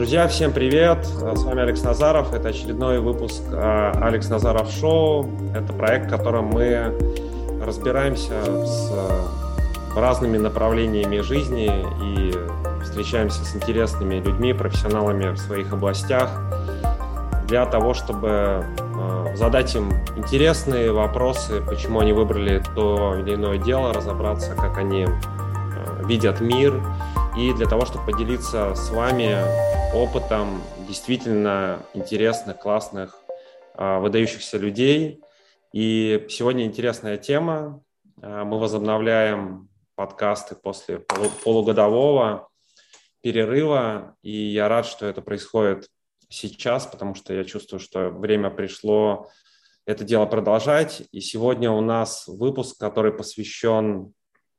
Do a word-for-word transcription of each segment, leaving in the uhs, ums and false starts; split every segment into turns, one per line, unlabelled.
Друзья, всем привет! С вами Алекс Назаров. Это очередной выпуск Алекс Назаров Шоу. Это проект, в котором мы разбираемся с разными направлениями жизни и встречаемся с интересными людьми, профессионалами в своих областях для того, чтобы задать им интересные вопросы, почему они выбрали то или иное дело, разобраться, как они видят мир, и для того, чтобы поделиться с вами опытом действительно интересных, классных, выдающихся людей. И сегодня интересная тема. Мы возобновляем подкасты после полугодового перерыва, и я рад, что это происходит сейчас, потому что я чувствую, что время пришло это дело продолжать. И сегодня у нас выпуск, который посвящен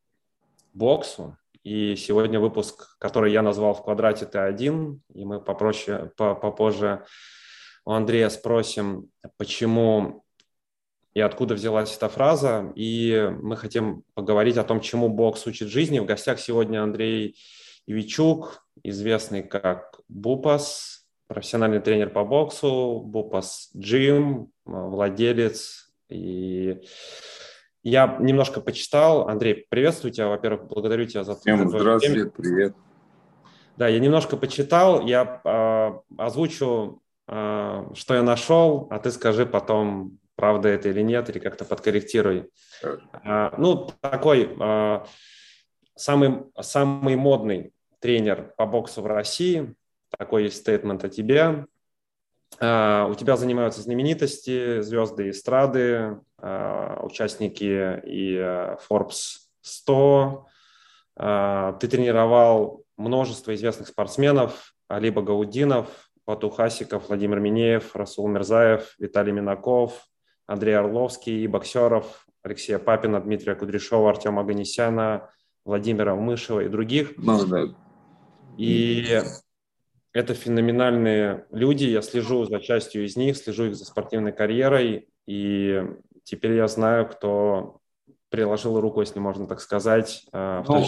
боксу. И сегодня выпуск, который я назвал «В квадрате Т один», и мы попроще, попозже у Андрея спросим, почему и откуда взялась эта фраза. И мы хотим поговорить о том, чему бокс учит жизни. В гостях сегодня Андрей Ивичук, известный как Бупас, профессиональный тренер по боксу, Бупас Джим, владелец. И я немножко почитал. Андрей, приветствую тебя. Во-первых, благодарю тебя за твое время.
Здравствуйте, привет.
Да, я немножко почитал. Я э, озвучу, э, что я нашел, а ты скажи потом, правда это или нет, или как-то подкорректируй. Э, ну, такой э, самый, самый модный тренер по боксу в России. Такой есть стейтмент о тебе. Uh, у тебя занимаются знаменитости, звезды эстрады, uh, участники и uh, Forbes сто. Uh, ты тренировал множество известных спортсменов: Али Багаудинов, Бату Хасиков, Владимир Минеев, Расул Мирзаев, Виталий Минаков, Андрей Орловский, и боксеров Алексея Папина, Дмитрия Кудряшова, Артема Оганесяна, Владимира Мышева и других.
Ну, да.
И это феноменальные люди, я слежу за частью из них, слежу их за спортивной карьерой, и теперь я знаю, кто приложил руку, если можно так сказать, в
ну,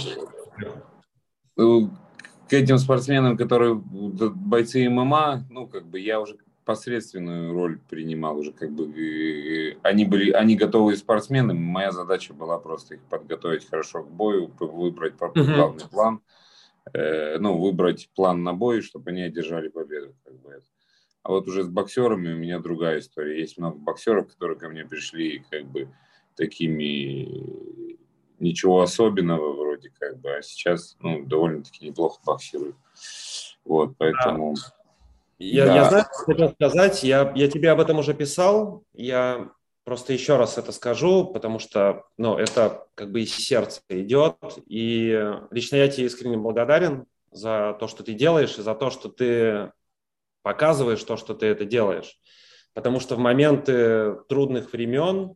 к этим спортсменам, которые бойцы ММА, ну, как бы я уже посредственную роль принимал, уже как бы они были, они готовые спортсмены, моя задача была просто их подготовить хорошо к бою, выбрать главный uh-huh. план. Ну, выбрать план на бой, чтобы они одержали победу. Как бы. А вот уже с боксерами у меня другая история. Есть много боксеров, которые ко мне пришли как бы такими ничего особенного вроде как бы, а сейчас ну, довольно-таки неплохо боксируют. Вот, поэтому...
Я,
да.
я знаю, что хотел сказать. Я, я тебе об этом уже писал. Я просто еще раз это скажу, потому что ну, это как бы из сердца идет. И лично я тебе искренне благодарен за то, что ты делаешь, и за то, что ты показываешь то, что ты это делаешь. Потому что в моменты трудных времен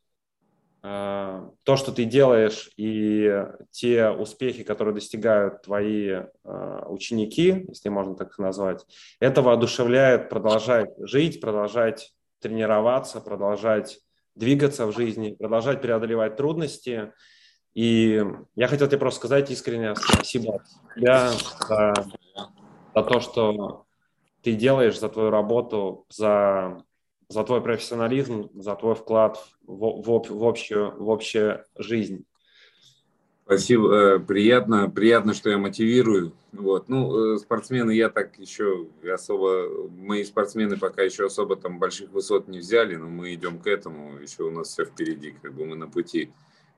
то, что ты делаешь, и те успехи, которые достигают твои ученики, если можно так их назвать, это воодушевляет продолжать жить, продолжать тренироваться, продолжать двигаться в жизни, продолжать преодолевать трудности. И я хотел тебе просто сказать искренне спасибо тебе за, за то, что ты делаешь, за твою работу, за, за твой профессионализм, за твой вклад в, в, в, общую, в общую жизнь.
Спасибо, приятно, приятно, что я мотивирую. Вот. Ну, спортсмены я так еще особо, мои спортсмены пока еще особо там больших высот не взяли, но мы идем к этому, еще у нас все впереди, как бы мы на пути.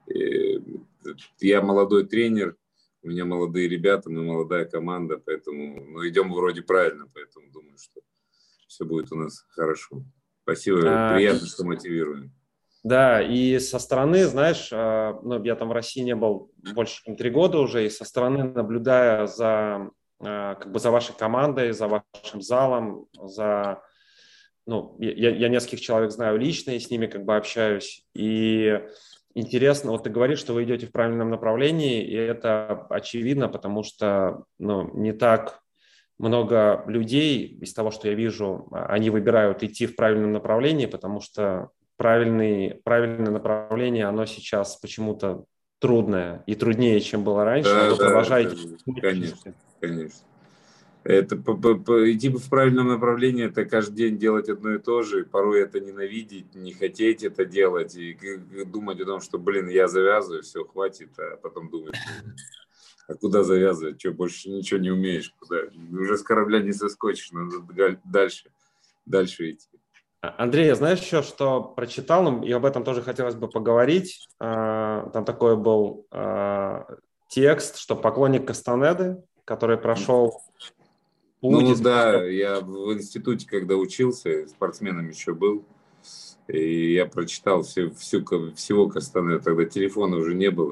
Я молодой тренер, у меня молодые ребята, мы молодая команда, поэтому ну, идем вроде правильно, поэтому думаю, что все будет у нас хорошо. Спасибо, а, приятно, что мотивируем.
Да, и со стороны, знаешь, ну, я там в России не был больше, чем три года уже, и со стороны, наблюдая за, как бы за вашей командой, за вашим залом, за, ну, я, я нескольких человек знаю лично, и с ними как бы общаюсь, и интересно, вот ты говоришь, что вы идете в правильном направлении, и это очевидно, потому что, ну, не так много людей, из того, что я вижу, они выбирают идти в правильном направлении, потому что Правильный, правильное направление, оно сейчас почему-то трудное и труднее, чем было раньше.
Да,
а вы
да,
продолжаете...
конечно, конечно. Это по- по- по- идти в правильном направлении, это каждый день делать одно и то же, порой это ненавидеть, не хотеть это делать и к- к- думать о том, что, блин, я завязываю, все, хватит, а потом думаешь, ну, а куда завязывать, что, больше ничего не умеешь, куда, уже с корабля не соскочишь, надо га- дальше, дальше идти.
А- Андрей, я знаешь еще, что прочитал, ну, и об этом тоже хотелось бы поговорить. А, Там такой был а, текст, что поклонник Кастанеды, который прошел путь
Ну
из...
да, я в институте, когда учился, спортсменом еще был, и я прочитал всю, всю, всего Кастанеда, тогда телефона уже не было,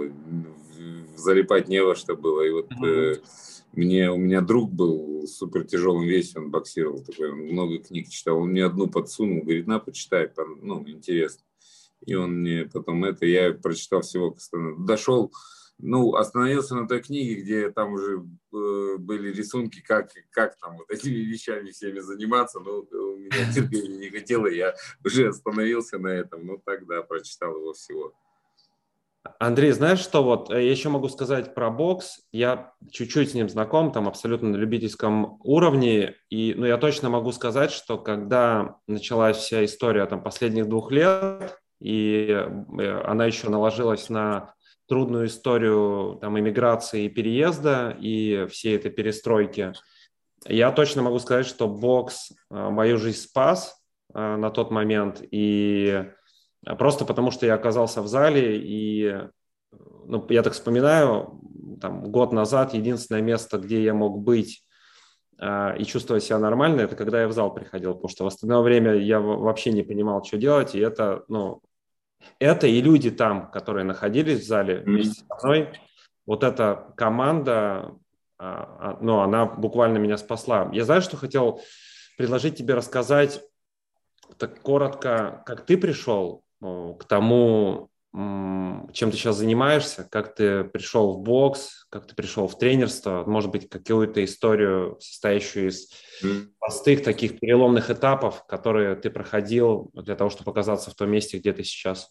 в- залипать не во что было. И вот
Мгм.
э, мне, у меня друг был в супер тяжелом весе, он боксировал, такой, он много книг читал, он мне одну подсунул, говорит, на, почитай, пон- ну, интересно. И он мне потом это, я прочитал всего Кастанеда. Дошел, ну, остановился на той книге, где там уже э, были рисунки, как, как там вот этими вещами всеми заниматься, но у меня терпения не хотело, я уже остановился на этом, ну, тогда прочитал его всего.
Андрей, знаешь что, вот э, я еще могу сказать про бокс. Я чуть-чуть с ним знаком, там абсолютно на любительском уровне. И, ну, я точно могу сказать, что когда началась вся история там последних двух лет, и э, она еще наложилась на трудную историю там иммиграции и переезда и всей этой перестройки, я точно могу сказать, что бокс э, мою жизнь спас э, на тот момент. И э, просто потому, что я оказался в зале, и э, ну, я так вспоминаю, там, год назад единственное место, где я мог быть э, и чувствовать себя нормально, это когда я в зал приходил, потому что в остальное время я в- вообще не понимал, что делать, и это, ну, это и люди там, которые находились в зале вместе со мной, вот эта команда, а, а, ну, она буквально меня спасла. Я знаю, что хотел предложить тебе рассказать так коротко, как ты пришел ну, к тому, м, чем ты сейчас занимаешься, как ты пришел в бокс, как ты пришел в тренерство, может быть, какую-то историю, состоящую из простых таких переломных этапов, которые ты проходил для того, чтобы оказаться в том месте, где ты сейчас.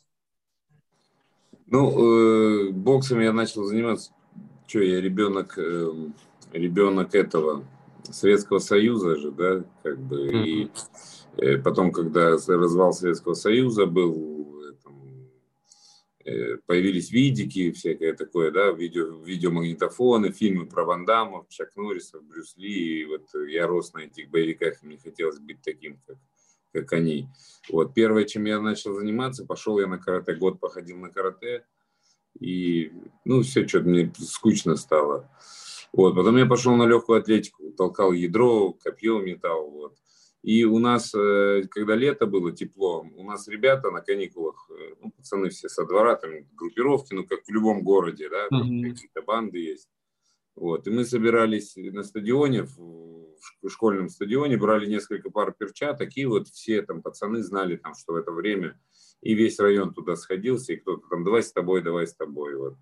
Ну, э, боксом я начал заниматься, что я ребенок, э, ребенок этого Советского Союза же, да, как бы,
Мгм.
и э, потом, когда развал Советского Союза был, э, там, э, появились видики, всякое такое, да, видео, видеомагнитофоны, фильмы про Ван Даммов, Чак Норрисов, Брюс Ли, и вот я рос на этих боевиках, и мне хотелось быть таким, как, как они. Вот, первое, чем я начал заниматься, пошел я на карате, год походил на карате, и, ну, все, что-то мне скучно стало. Вот, потом я пошел на легкую атлетику, толкал ядро, копье метал, вот. И у нас, э, когда лето было, тепло, у нас ребята на каникулах, э, ну, пацаны все со двора, там, группировки, ну, как в любом городе, да, там
Мгм.
какие-то банды есть. Вот, и мы собирались на стадионе, в школьном стадионе, брали несколько пар перчаток, и вот все там пацаны знали, там, что в это время, и весь район туда сходился, и кто-то там, давай с тобой, давай с тобой, вот.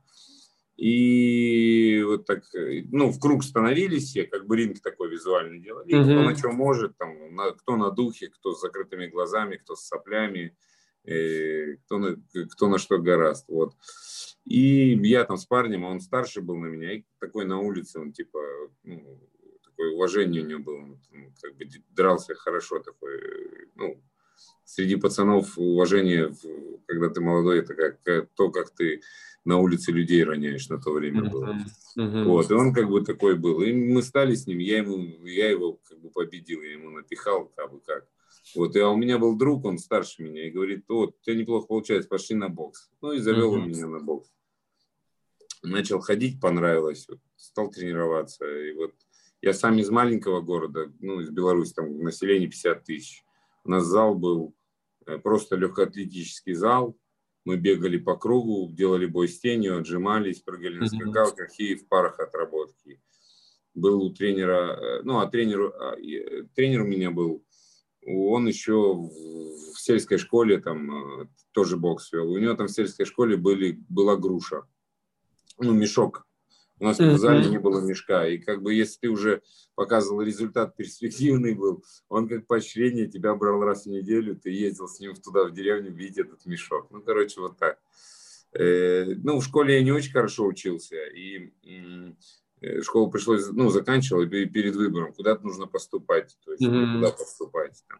И вот так, ну, в круг становились все, как бы ринг такой визуальный делали, и кто на
Мгм.
чем может, там, на, кто на духе, кто с закрытыми глазами, кто с соплями, э, кто, на, кто на что гораст, вот. И я там с парнем, а он старше был на меня, и такой на улице, он типа, ну, такое уважение у него было, он, как бы дрался хорошо такой, ну, среди пацанов уважение, когда ты молодой, это как то, как ты на улице людей роняешь, на то время было.
Мгм. Мгм.
Вот, и он как бы такой был. И мы стали с ним, я, ему, я его как бы победил, я ему напихал, как бы как. Вот, и а у меня был друг, он старше меня, и говорит, вот, у тебя неплохо получается, пошли на бокс. Ну, и завел он
Мгм.
меня на бокс. Начал ходить, понравилось, вот, стал тренироваться. И вот я сам из маленького города, ну, из Беларуси, там население пятьдесят тысяч. У нас зал был э, просто легкоатлетический зал. Мы бегали по кругу, делали бой с тенью, отжимались, прыгали на
Мгм.
скакалках и в парах отработки. Был у тренера, э, ну, а тренер, а, и, тренер у меня был, он еще в, в сельской школе там э, тоже бокс вел. У него там в сельской школе были, была груша, ну, мешок. У нас в зале не
Мгм.
было мешка. И как бы если ты уже показывал результат, перспективный был, он как поощрение тебя брал раз в неделю, ты ездил с ним туда, в деревню, видеть этот мешок. Ну, короче, вот так. Э, ну, в школе я не очень хорошо учился. И школу пришлось, ну, заканчивал, и перед выбором, куда-то нужно поступать, то есть, mm-hmm. ну, куда поступать. Там.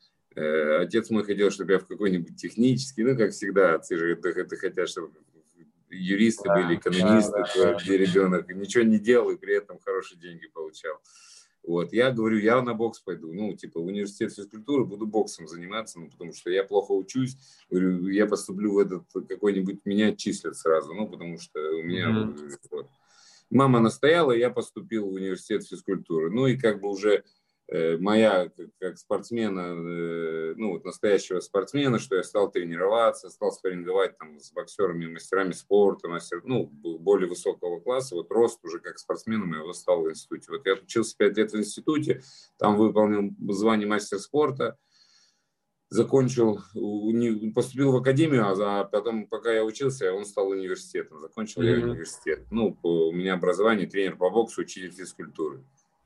Э, отец мой хотел, чтобы я в какой-нибудь технический, ну, как всегда, отцы же это, это хотят, чтобы юристы yeah. были, экономисты, yeah, yeah, yeah. где ребенок ничего не делал и при этом хорошие деньги получал. Вот, я говорю, я на бокс пойду, ну, типа, в университет физкультуры буду боксом заниматься, ну, потому что я плохо учусь, говорю, я поступлю в этот какой-нибудь, меня отчислят сразу, ну, потому что у меня, mm-hmm. вот. Мама настояла, я поступил в университет физкультуры, ну, и как бы уже э, моя, как, как спортсмена, э, ну, вот настоящего спортсмена, что я стал тренироваться, стал спарринговать там с боксерами, мастерами спорта, мастер, ну, более высокого класса, вот рост уже как спортсменом я его стал в институте. Вот я учился пять лет в институте, там выполнил звание мастер спорта, закончил, поступил в академию, а потом, пока я учился, он стал университетом. Закончил mm-hmm. я университет. Ну, у меня образование тренер по боксу, учитель физкультуры.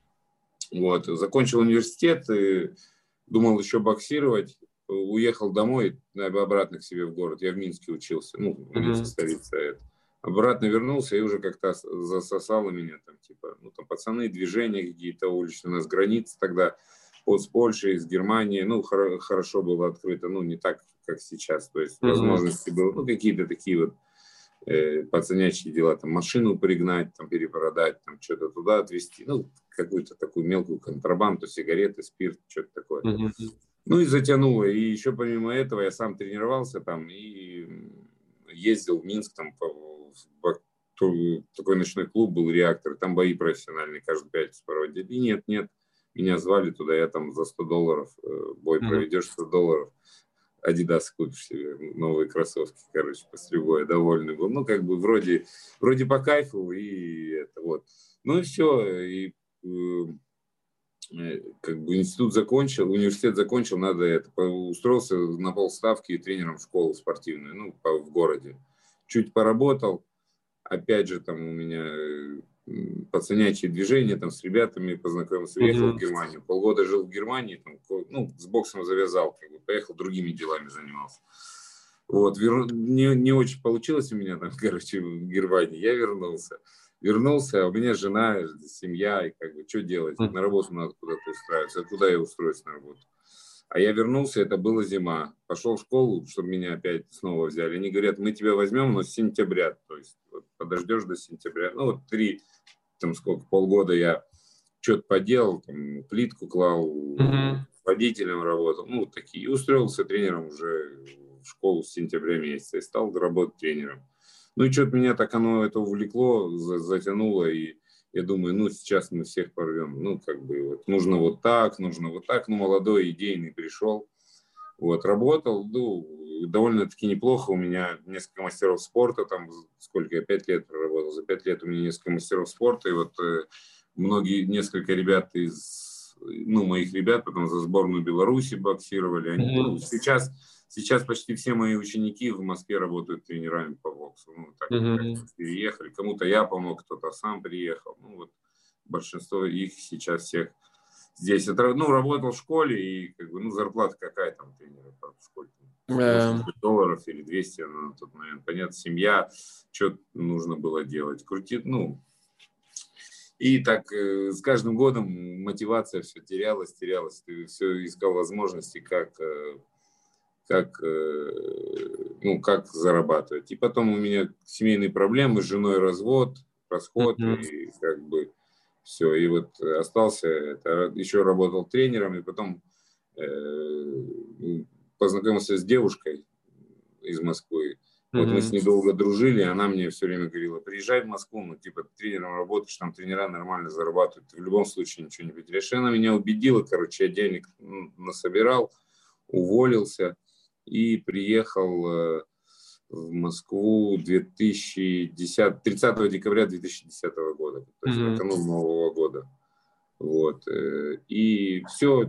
Вот, закончил университет, и думал еще боксировать. Уехал домой, обратно к себе в город. Я в Минске учился, ну, в Минске mm-hmm. столица это. Обратно вернулся и уже как-то засосало меня там, типа, ну, там пацаны, движения какие-то уличные, у нас границы тогда. Вот с Польшей, с Германией, ну, хор- хорошо было открыто, ну, не так, как сейчас, то есть mm-hmm. возможности было, ну, какие-то такие вот э, пацанячьи дела, там, машину пригнать, там, перепродать, там, что-то туда отвезти, ну, какую-то такую мелкую контрабанду, сигареты, спирт, что-то такое. Mm-hmm. Ну, и затянуло, и еще помимо этого я сам тренировался там и ездил в Минск, там, по, по, такой ночной клуб был «Реактор», там бои профессиональные, каждую пятницу проводили, и нет, нет. Меня звали туда, я там за сто долларов бой mm-hmm. проведешь, сто долларов, Adidas купишь себе, новые кроссовки, короче, после боя, довольный был. Ну, как бы вроде, вроде по кайфу, и это вот. Ну, и все, и э, как бы институт закончил, университет закончил, надо это, устроился на полставки тренером в школу спортивную, ну, по, в городе. Чуть поработал, опять же, там у меня... пацанячьи движения, там с ребятами познакомился, уехал mm-hmm. в Германию. Полгода жил в Германии, там, ну, с боксом завязал, как бы, поехал, другими делами занимался. Вот, вер... не, не очень получилось у меня там, короче, в Германии. Я вернулся. Вернулся, а у меня жена, семья, и как бы, что делать? Mm-hmm. На работу надо куда-то устраиваться. А куда я устроюсь на работу? А я вернулся, это была зима. Пошел в школу, чтобы меня опять снова взяли. Они говорят, мы тебя возьмем, но с сентября. То есть вот, подождешь до сентября. Ну вот три, там сколько, полгода я что-то поделал, там, плитку клал, mm-hmm. водителем работал. Ну вот такие. И устроился тренером уже в школу с сентября месяца. И стал работать тренером. Ну и что-то меня так оно это увлекло, затянуло. И я думаю, ну, сейчас мы всех порвем. Ну, как бы, вот, нужно вот так, нужно вот так. Ну, молодой, идейный пришел. Вот, работал, ну, довольно-таки неплохо. У меня несколько мастеров спорта, там, сколько я, пять лет проработал. За пять лет у меня несколько мастеров спорта. И вот э, многие, несколько ребят из, ну, моих ребят, потом за сборную Беларуси боксировали. Они, mm-hmm. ну, сейчас, сейчас почти все мои ученики в Москве работают тренерами по боксу. Ну, так mm-hmm. как переехали. Кому-то я помог, кто-то сам приехал. Ну, вот большинство их сейчас всех здесь. Это, ну, работал в школе, и как бы, ну, зарплата какая там тренера в школе? Yeah. Долларов или двести на тот момент. Понятно, семья, что нужно было делать. Крутит, ну. И так э, с каждым годом мотивация все терялась, терялась. Ты все искал возможности, как, э, как, э, ну, как зарабатывать. И потом у меня семейные проблемы, с женой развод, расход, mm-hmm. и как бы все. И вот остался, это, еще работал тренером, и потом э, познакомился с девушкой из Москвы. Вот mm-hmm. мы с ней долго дружили, она мне все время говорила, приезжай в Москву, ну, типа, тренером работаешь, там тренера нормально зарабатывают, ты в любом случае ничего не потеряешь. И она меня убедила, короче, я денег насобирал, уволился и приехал э, в Москву две тысячи десятого, тридцатого декабря две тысячи десятого года, то есть mm-hmm. накануне Нового года. Вот. И все,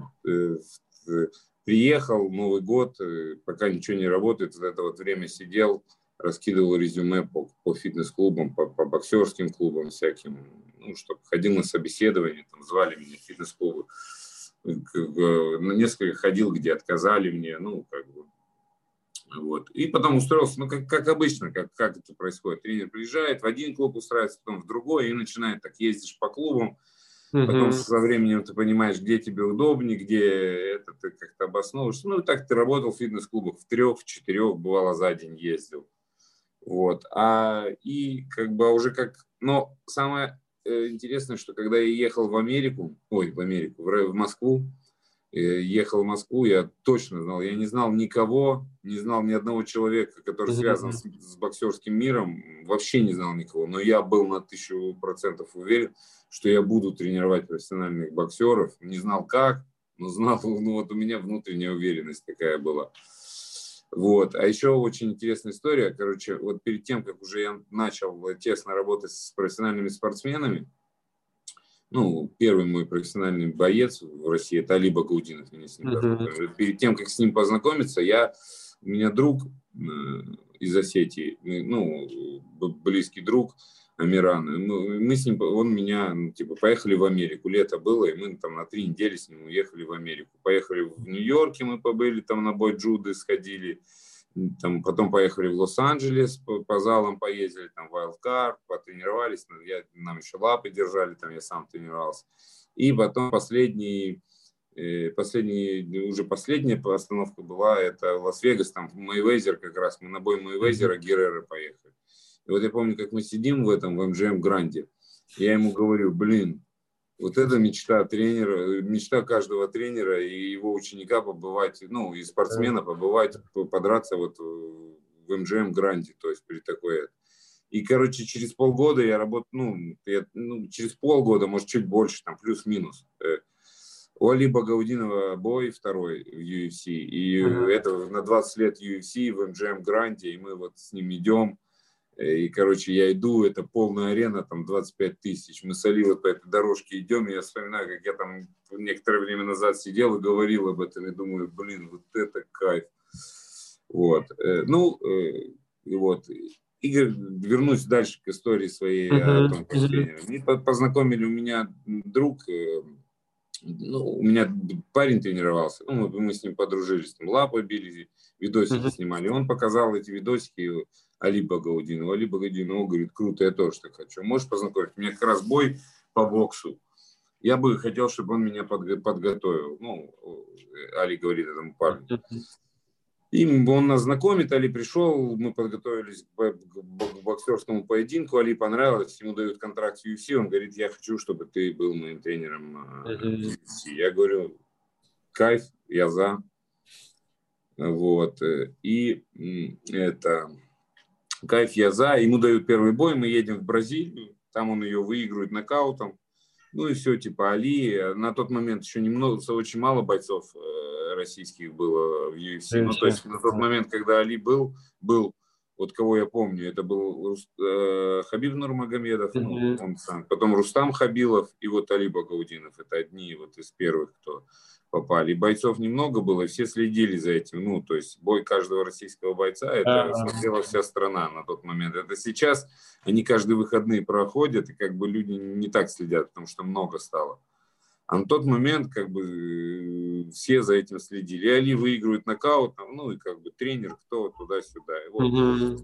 приехал, Новый год, пока ничего не работает, в это вот время сидел, раскидывал резюме по, по фитнес-клубам, по, по боксерским клубам всяким, ну, чтобы ходил на собеседование, там звали меня в фитнес-клубы, на несколько ходил, где отказали мне, ну, как бы, Вот. И потом устроился, ну, как, как обычно, как, как это происходит. Тренер приезжает, в один клуб устраивается, потом в другой, и начинает так, ездишь по клубам, потом
Мгм.
со временем ты понимаешь, где тебе удобнее, где это ты как-то обосновываешься. Ну, и так ты работал в фитнес-клубах, в трех, в четырех, бывало, за день ездил. Вот. А, и как бы уже как... Но самое э, интересное, что когда я ехал в Америку, ой, в Америку, в, Р- в Москву, э, ехал в Москву, я точно знал, я не знал никого, не знал ни одного человека, который связан
Мгм.
с, с боксерским миром, вообще не знал никого. Но я был на тысячу процентов уверен, что я буду тренировать профессиональных боксеров. Не знал как, но знал, ну вот у меня внутренняя уверенность такая была. Вот. А еще очень интересная история. Короче, вот перед тем, как уже я начал тесно работать с профессиональными спортсменами, ну, первый мой профессиональный боец в России, это Али Багаудинов, меня с ним
Мгм.
познакомил. Перед тем, как с ним познакомиться, я, у меня друг э, из Осетии, мы, ну, близкий друг Амиран, мы, мы с ним, он меня, ну, типа, поехали в Америку, лето было, и мы там на три недели с ним уехали в Америку. Поехали в Нью-Йорке, мы побыли, там на бой джуды сходили, там, потом поехали в Лос-Анджелес, по, по залам поездили, там, в Wildcard, потренировались, я, нам еще лапы держали, там я сам тренировался. И потом последний, э, последний, уже последняя остановка была, это Лас-Вегас, там, Мэйвезер как раз, мы на бой
Мгм.
Мэйвезера, Геррера поехали. И вот я помню, как мы сидим в этом, в эм джи эм Гранде, я ему говорю, блин, вот это мечта тренера, мечта каждого тренера и его ученика побывать, ну, и спортсмена побывать, подраться вот в эм джи эм Гранде, то есть при такой... И, короче, через полгода я работаю, ну, я, ну, через полгода, может, чуть больше, там, плюс-минус. У Али Багаудинова бой второй в ю эф си, и
Мгм.
это на двадцать лет ю эф си в эм джи эм Гранде, и мы вот с ним идем. И, короче, я иду, это полная арена, там двадцать пять тысяч. Мы с Али вот по этой дорожке идем, и я вспоминаю, как я там некоторое время назад сидел и говорил об этом, и думаю, блин, вот это кайф. Вот. Ну, и вот. Игорь, вернусь дальше к истории своей о
Мгм.
том, как
Мгм.
тренер. Мне познакомили, у меня друг, ну, у меня парень тренировался, ну, мы, мы с ним подружились, там лапы били, видосики
Мгм.
снимали. Он показал эти видосики Али Багаудинову. Али Багаудинов говорит, круто, я тоже так хочу. Можешь познакомить? У меня как раз бой по боксу. Я бы хотел, чтобы он меня подго- подготовил. Ну, Али говорит этому парню. И он нас знакомит, Али пришел, мы подготовились к боксерскому поединку, Али понравилось, ему дают контракт в ю эф си, он говорит, я хочу, чтобы ты был моим тренером в ю эф си. Я говорю, кайф, я за. Вот. И это кайф, я за. Ему дают первый бой, мы едем в Бразилию, там он ее выигрывает нокаутом. Ну и все, типа Али. На тот момент еще немного, очень мало бойцов российских было в ю эф си. Ну, то есть на тот момент, когда Али был, был, вот кого я помню, это был э, Хабиб Нурмагомедов, ну,
Мгм.
он сам, потом Рустам Хабилов и вот Али Багаудинов. Это одни вот из первых, кто попали. И бойцов немного было, и все следили за этим. Ну, то есть бой каждого российского бойца, это
Да.
смотрела вся страна на тот момент. Это сейчас они каждые выходные проходят, и как бы люди не так следят, потому что много стало. А на тот момент как бы все за этим следили. И Али выигрывает нокаут, ну и как бы тренер, кто туда-сюда. И, вот.
Мгм.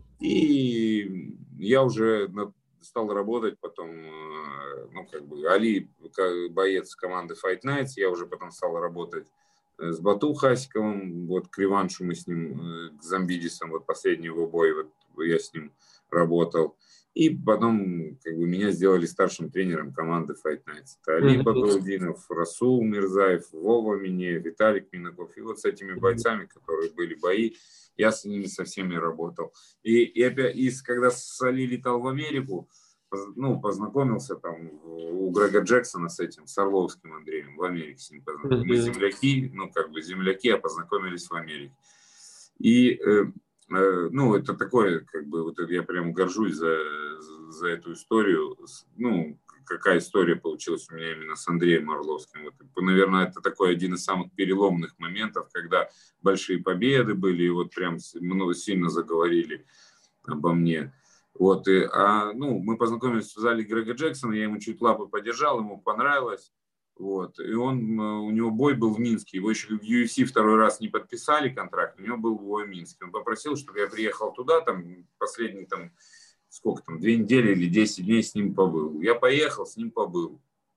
И я уже стал работать потом, ну как бы Али как боец команды Fight Nights, я уже потом стал работать с Бату Хасиковым, вот к реваншу мы с ним, к Замбидисом, вот последний его бой, вот я с ним работал. И потом как бы, меня сделали старшим тренером команды Fight Nights. Это Али
Мгм.
Багаудинов, Расул Мирзаев, Вова Минеев, Виталик Минаков. И вот с этими бойцами, которые были бои, я с ними со всеми работал. И, и, опять, и когда с Али летал в Америку, ну, познакомился там у Грега Джексона с этим, с Орловским Андреем в Америке с ним познакомился. Мы
Мгм.
земляки, ну, как бы земляки, а познакомились в Америке. И э, ну, это такое, как бы, вот я прям горжусь за, за эту историю. Ну, какая история получилась у меня именно с Андреем Орловским. Вот, наверное, это такой один из самых переломных моментов, когда большие победы были, и вот прям много сильно заговорили обо мне. Вот, и, а, ну, мы познакомились в зале Грега Джексона, я ему чуть лапы подержал, ему понравилось. Вот. И он, у него бой был в Минске. Его еще в ю эф си второй раз не подписали контракт. У него был бой в Минске. Он попросил, чтобы я приехал туда, там, последние, там, сколько там, две недели или десять дней с ним побыл. Я поехал, с ним побыл.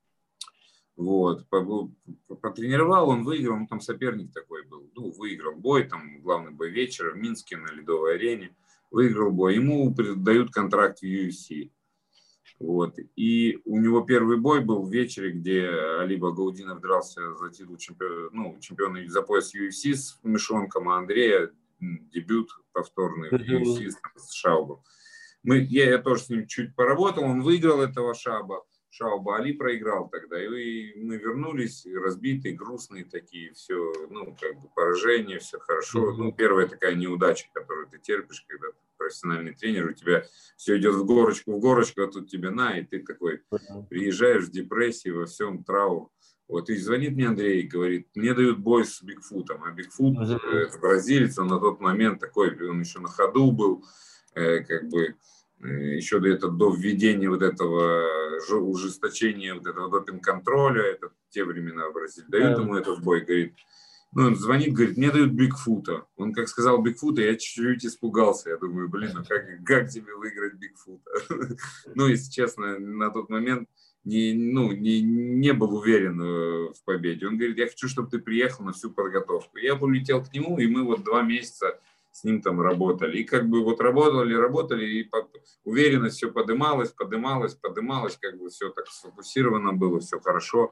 Вот. Побыл, потренировал, он выиграл. Ну, там соперник такой был. Ну, выиграл бой, там, главный бой вечера в Минске на Ледовой арене. Выиграл бой. Ему дают контракт в ю эф си. Вот. И у него первый бой был в вечере, где Али Багаудинов дрался за титул чемпиона, ну, чемпиона за пояс ю эф си с мышонком, а Андрея дебют повторный в ю эф си с Шаубом. Мы, я, я тоже с ним чуть поработал, он выиграл этого Шаба, Шауба, Али проиграл тогда. И мы вернулись, разбитые, грустные такие, все, ну, как бы поражение, все хорошо. Ну, первая такая неудача, которую ты терпишь, когда профессиональный тренер, у тебя все идет в горочку, в горочку, а тут тебе на, и ты такой приезжаешь в депрессии, во всем траур. Вот, и звонит мне Андрей и говорит, мне дают бой с Бигфутом, а Бигфут, uh-huh. это бразилец, он на тот момент такой, он еще на ходу был, э, как бы, э, еще до, это, до введения вот этого ужесточения, вот этого допинг-контроля, это те времена в Бразилии, дают uh-huh. ему этот бой, говорит, ну, он звонит, говорит, мне дают Бигфута. Он как сказал Бигфута, я чуть-чуть испугался. Я думаю, блин, ну как, как тебе выиграть Бигфута? Ну, если честно, на тот момент не, ну, не, не был уверен в победе. Он говорит, я хочу, чтобы ты приехал на всю подготовку. Я полетел к нему, и мы вот два месяца с ним там работали. И как бы вот работали, работали, и уверенность все подымалась, подымалась, подымалась, как бы все так сфокусировано было, все хорошо.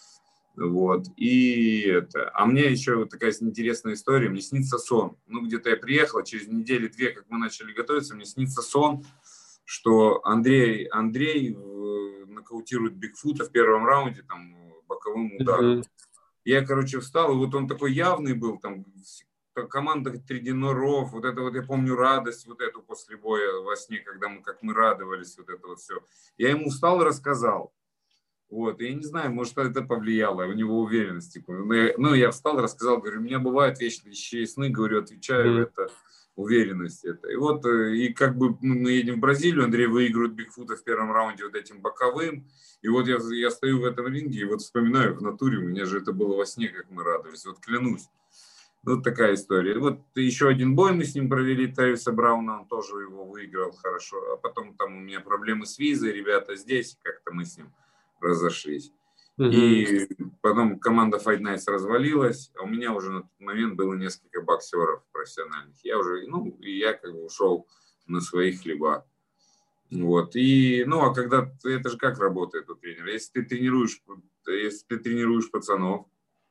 Вот, и это, а мне еще вот такая интересная история, мне снится сон, ну, где-то я приехал, через недели-две, как мы начали готовиться, мне снится сон, что Андрей, Андрей нокаутирует Бигфута в первом раунде, там, боковым ударом. Mm-hmm. Я, короче, встал, и вот он такой явный был, там, команда тренеров, вот это вот, я помню, радость вот эту после боя во сне, когда мы, как мы радовались, вот это вот все. Я ему встал и рассказал. Вот, я не знаю, может, это повлияло, у него уверенность. Типа, ну, я, ну, я встал, рассказал, говорю, у меня бывают вещи сны, говорю, отвечаю, mm-hmm. это уверенность. Это. И вот, и как бы мы едем в Бразилию, Андрей выигрывает Бигфута в первом раунде вот этим боковым, и вот я, я стою в этом ринге, и вот вспоминаю в натуре, у меня же это было во сне, как мы радовались, вот клянусь. Вот такая история. Вот еще один бой мы с ним провели, Тайвиса Брауна, он тоже его выиграл хорошо, а потом там у меня проблемы с визой, ребята здесь, как-то мы с ним разошлись. Uh-huh. И потом команда Fight Nights развалилась, а у меня уже на тот момент было несколько боксеров профессиональных. Я уже, ну, и я как бы ушел на свои хлеба. Вот. И, ну, а когда, это же как работает у тренера? Если ты тренируешь, если ты тренируешь пацанов,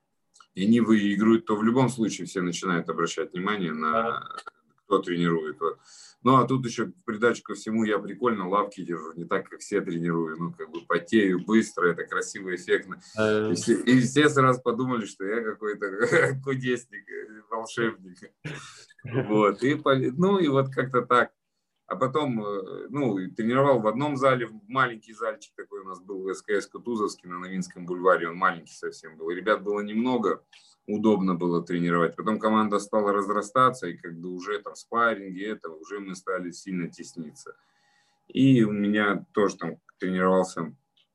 и они выигрывают, то в любом случае все начинают обращать внимание на кто тренирует. Вот. Ну, а тут еще в придачу ко всему я прикольно лавки держу, не так, как все тренирую. Ну, как бы потею быстро, это красиво, эффектно. И все, и все сразу подумали, что я какой-то кудесник, волшебник. Вот. И, ну, и вот как-то так. А потом, ну, тренировал в одном зале, маленький зальчик такой у нас был, в эс ка эс Кутузовский на Новинском бульваре, он маленький совсем был. Ребят было немного, удобно было тренировать. Потом команда стала разрастаться, и как бы уже там спарринги, это уже мы стали сильно тесниться. И у меня тоже там тренировался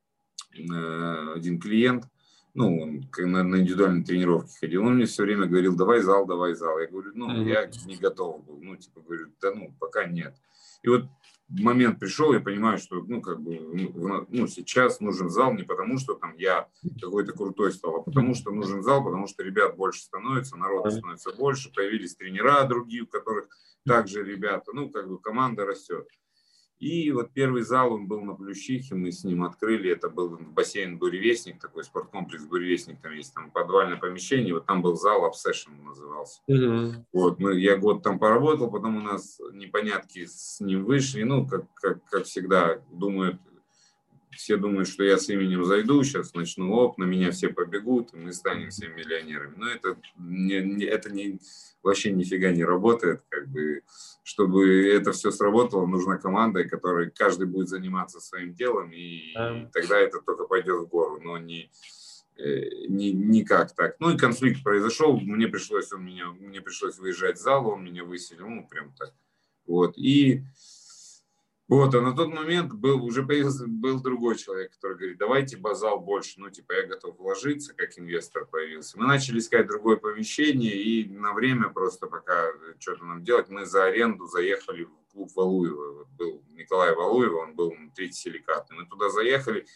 э, один клиент, ну, он на, на индивидуальной тренировке ходил, он мне все время говорил, давай зал, давай зал. Я говорю, ну, mm-hmm. я не готов был, ну, типа, говорю, да ну, пока нет. И вот момент пришел, я понимаю, что, ну, как бы, ну, сейчас нужен зал не потому, что там я какой-то крутой стал, а потому что нужен зал, потому что ребят больше становится, народа становится больше, появились тренера другие, у которых также ребята, ну, как бы команда растет. И вот первый зал, он был на Плющихе, мы с ним открыли, это был бассейн «Буревестник», такой спорткомплекс «Буревестник», там есть там подвальное помещение, вот там был зал «Obsession» назывался. Mm-hmm. Вот, мы, я год там поработал, потом у нас непонятки с ним вышли, ну, как, как, как всегда, думают, все думают, что я с именем зайду, сейчас начну, оп, на меня все побегут, и мы станем всем миллионерами. Но это, не, не, это не, вообще нифига не работает. Как бы, чтобы это все сработало, нужна команда, которой каждый будет заниматься своим делом, и, mm. и тогда это только пойдет в гору, но не, не, никак так. Ну и конфликт произошел, мне пришлось, он меня, мне пришлось выезжать в зал, он меня выселил, ну прям так. Вот, и... Вот, а на тот момент был, уже появился, был другой человек, который говорит, давайте базал больше, ну, типа, я готов вложиться, как инвестор появился. Мы начали искать другое помещение, и на время просто пока что-то нам делать, мы за аренду заехали в клуб Валуева. Вот был Николай Валуев, он был третьесиликатный. Мы туда заехали,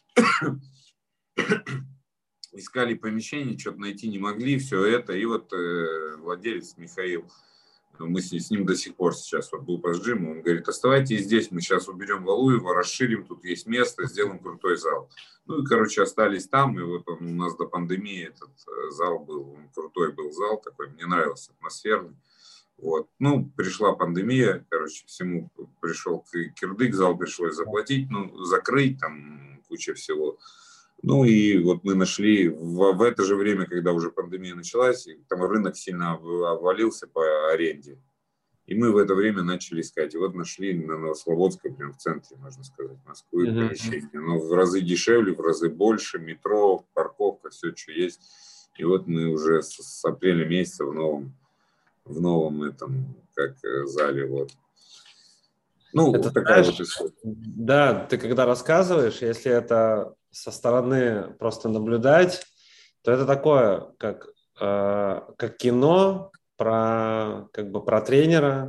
искали помещение, что-то найти не могли, все это, и вот э, владелец Михаил, мы с, с ним до сих пор сейчас вот был по жиму, он говорит, оставайтесь здесь, мы сейчас уберем Валуева, расширим, тут есть место, сделаем крутой зал. Ну и, короче, остались там, и вот он, у нас до пандемии этот э, зал был, он крутой был зал такой, мне нравился, атмосферный. Вот. Ну, пришла пандемия, короче, всему пришел кирдык, зал пришлось заплатить, ну, закрыть, там куча всего. Ну и вот мы нашли в, в это же время, когда уже пандемия началась, там рынок сильно обвалился по аренде. И мы в это время начали искать. И вот нашли на Новослободской, прям в центре, можно сказать, Москвы, uh-huh. помещение. Но в разы дешевле, в разы больше, метро, парковка, все, что есть. И вот мы уже с, с апреля месяца в новом, в новом этом, как зале, вот. Ну,
это,
вот такая
знаешь,
вот история.
Да, ты когда рассказываешь, если это со стороны просто наблюдать, то это такое, как, э, как кино про, как бы, про тренера.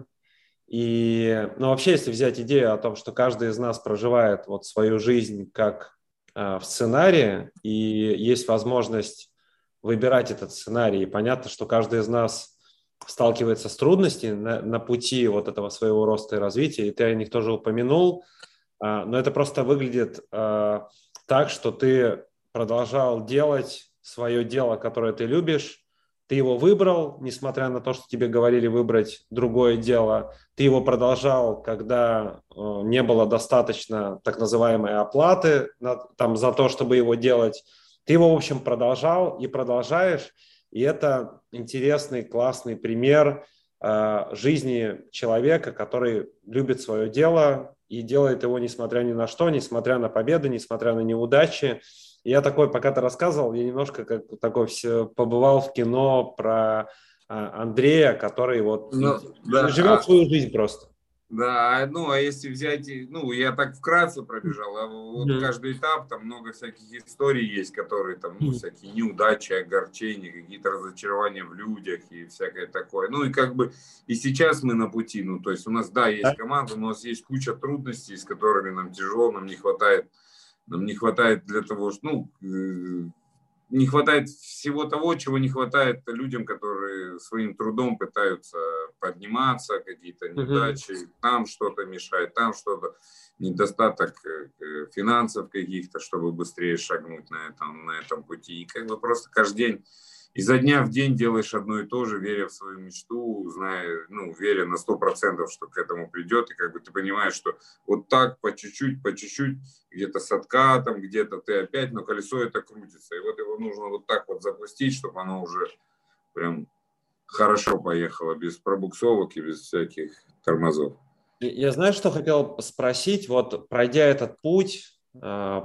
И, ну, вообще, если взять идею о том, что каждый из нас проживает вот свою жизнь как э, в сценарии, и есть возможность выбирать этот сценарий, и понятно, что каждый из нас сталкивается с трудностями на, на пути вот этого своего роста и развития, и ты о них тоже упомянул, а, но это просто выглядит а, так, что ты продолжал делать свое дело, которое ты любишь, ты его выбрал, несмотря на то, что тебе говорили выбрать другое дело, ты его продолжал, когда а, не было достаточно так называемой оплаты на, там, за то, чтобы его делать, ты его, в общем, продолжал и продолжаешь. И это интересный, классный пример э, жизни человека, который любит свое дело и делает его несмотря ни на что, несмотря на победы, несмотря на неудачи. И я такой, пока ты рассказывал, я немножко как такой все, побывал в кино про э, Андрея, который вот
Ну, да,
живет
а...
свою жизнь просто.
Да, ну, а если взять, ну, я так вкратце пробежал, а вот mm-hmm. каждый этап, там много всяких историй есть, которые там, ну, всякие неудачи, огорчения, какие-то разочарования в людях и всякое такое. Ну, и как бы, и сейчас мы на пути, ну, то есть у нас, да, есть команда, у нас есть куча трудностей, с которыми нам тяжело, нам не хватает, нам не хватает для того, что, ну, не хватает всего того, чего не хватает людям, которые своим трудом пытаются подниматься, какие-то неудачи, mm-hmm. там что-то мешает, там что-то, недостаток финансов каких-то, чтобы быстрее шагнуть на этом, на этом пути. И как бы просто каждый день, изо дня в день делаешь одно и то же, веря в свою мечту, зная, ну, веря на сто процентов, что к этому придет, и как бы ты понимаешь, что вот так по чуть-чуть, по чуть-чуть, где-то с откатом, где-то ты опять, но колесо это крутится. И вот его нужно вот так вот запустить, чтобы оно уже прям хорошо поехало, без пробуксовок и без всяких тормозов.
Я знаю, что хотел спросить, вот пройдя этот путь э,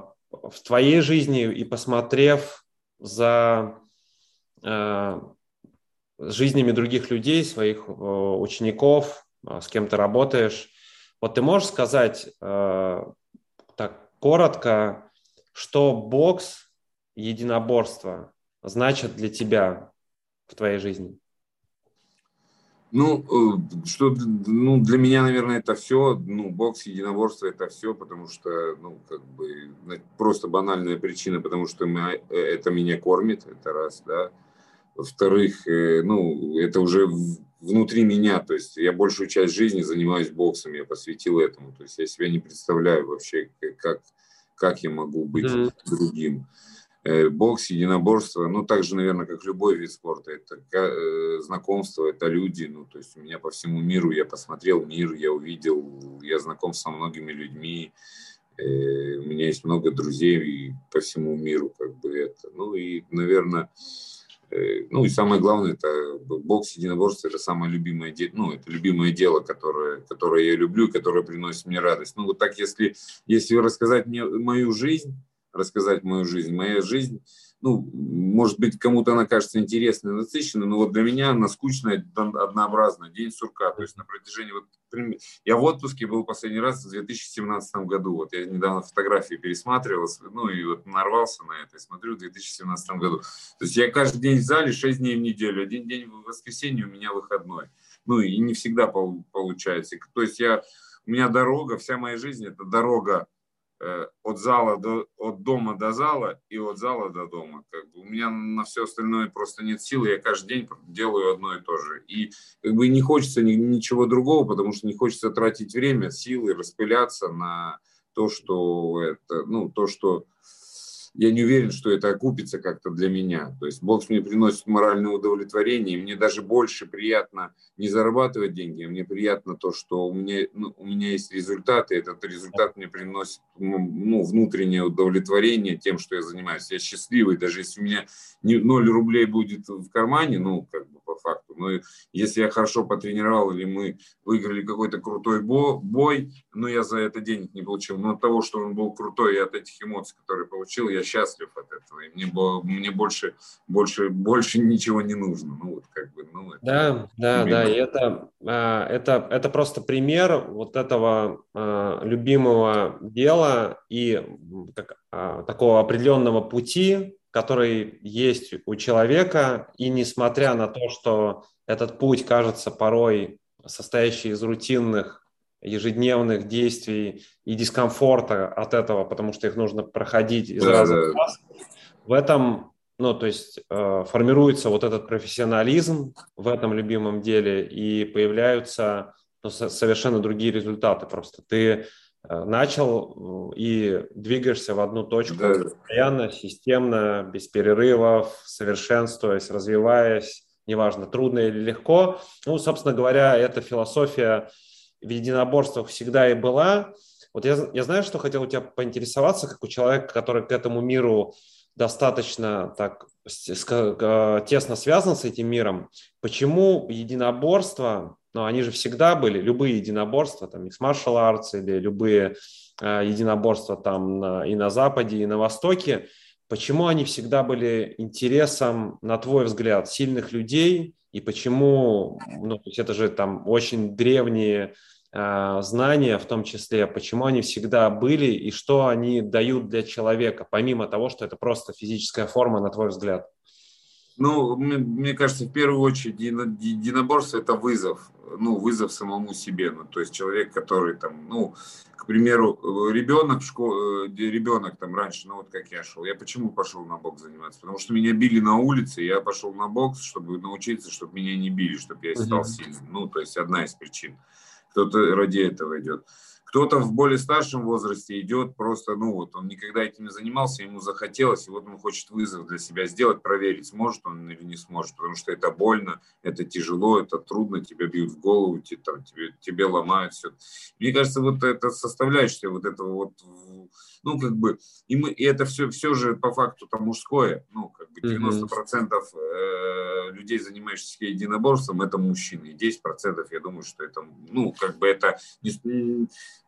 в твоей жизни и посмотрев за э, жизнями других людей, своих э, учеников, э, с кем ты работаешь, вот ты можешь сказать э, так коротко, что бокс, единоборство значит для тебя в твоей жизни?
Ну, что, ну, для меня, наверное, это все. Ну, бокс, единоборство – это все, потому что, ну, как бы, просто банальная причина, потому что мы, это меня кормит, это раз, да. Во-вторых, ну, это уже внутри меня, то есть я большую часть жизни занимаюсь боксом, я посвятил этому, то есть я себя не представляю вообще, как, как я могу быть mm-hmm. другим. Бокс, единоборство, ну, так же, наверное, как любой вид спорта, это знакомство, это люди, ну, то есть у меня по всему миру, я посмотрел мир, я увидел, я знаком со многими людьми, у меня есть много друзей по всему миру, как бы это, ну, и, наверное, ну, и самое главное, это бокс, единоборство, это самое любимое дело, ну, это любимое дело, которое, которое я люблю, которое приносит мне радость. Ну, вот так, если, если рассказать мне мою жизнь, рассказать мою жизнь. Моя жизнь ну, может быть, кому-то она кажется интересной, насыщенной, но вот для меня она скучная, однообразная, день сурка. То есть на протяжении, вот, я в отпуске был последний раз в две тысячи семнадцатом году. Вот я недавно фотографии пересматривал, ну и вот нарвался на это, и смотрю в две тысячи семнадцатом году. То есть я каждый день в зале, шесть дней в неделю, один день в воскресенье у меня выходной. Ну и не всегда получается. То есть я, у меня дорога, вся моя жизнь это дорога э, от зала до, от дома до зала и от зала до дома. Как бы у меня на все остальное просто нет сил, я каждый день делаю одно и то же. И как бы не хочется ни, ничего другого, потому что не хочется тратить время, силы, распыляться на то, что это, ну, то, что я не уверен, что это окупится как-то для меня. То есть бокс мне приносит моральное удовлетворение, и мне даже больше приятно не зарабатывать деньги, а мне приятно то, что у меня, ну, у меня есть результат, и этот результат мне приносит, ну, внутреннее удовлетворение тем, что я занимаюсь. Я счастливый, даже если у меня ноль рублей будет в кармане, ну, как бы по факту, но если я хорошо потренировал или мы выиграли какой-то крутой бой, но я за это денег не получил, но от того, что он был крутой, и от этих эмоций, которые получил, я счастлив от этого, и мне, мне больше, больше, больше ничего не нужно. Ну, вот как бы, ну, это,
да, да, да, и это, это, это просто пример вот этого любимого дела и как, такого определенного пути, который есть у человека, и несмотря на то, что этот путь кажется порой состоящий из рутинных ежедневных действий и дискомфорта от этого, потому что их нужно проходить из
да,
раза
да.
в раз, в этом, ну, то есть э, формируется вот этот профессионализм в этом любимом деле, и появляются, ну, со- совершенно другие результаты. Просто ты э, начал и двигаешься в одну точку
Да.
постоянно, системно, без перерывов, совершенствуясь, развиваясь, неважно, трудно или легко. Ну, собственно говоря, эта философия в единоборствах всегда и была. Вот я, я знаю, что хотел у тебя поинтересоваться, как у человека, который к этому миру достаточно так тесно связан с этим миром, почему единоборства, ну, они же всегда были, любые единоборства, там, mixed martial arts или любые э, единоборства там на, и на Западе, и на Востоке, почему они всегда были интересом, на твой взгляд, сильных людей, и почему, ну, то есть это же там очень древние знания, в том числе, почему они всегда были и что они дают для человека, помимо того, что это просто физическая форма, на твой взгляд?
Ну, мне, мне кажется, в первую очередь единоборство – это вызов, ну, вызов самому себе. Ну, то есть человек, который там, ну, к примеру, ребенок, в школе, ребенок там раньше, ну, вот как я шел, я почему пошел на бокс заниматься? Потому что меня били на улице, и я пошел на бокс, чтобы научиться, чтобы меня не били, чтобы я стал сильным. Ну, то есть одна из причин. Кто-то ради этого идет. Кто-то в более старшем возрасте идет просто, ну вот, он никогда этим не занимался, ему захотелось, и вот он хочет вызов для себя сделать, проверить, сможет он или не сможет, потому что это больно, это тяжело, это трудно, тебя бьют в голову, тебе, там, тебе, тебе ломают все. Мне кажется, вот это составляющая вот этого вот, ну, как бы, и, мы, и это все, все же по факту там мужское, ну, как бы девяносто процентов людей, занимающихся единоборством, это мужчины, и десять процентов, я думаю, что это, ну, как бы это не,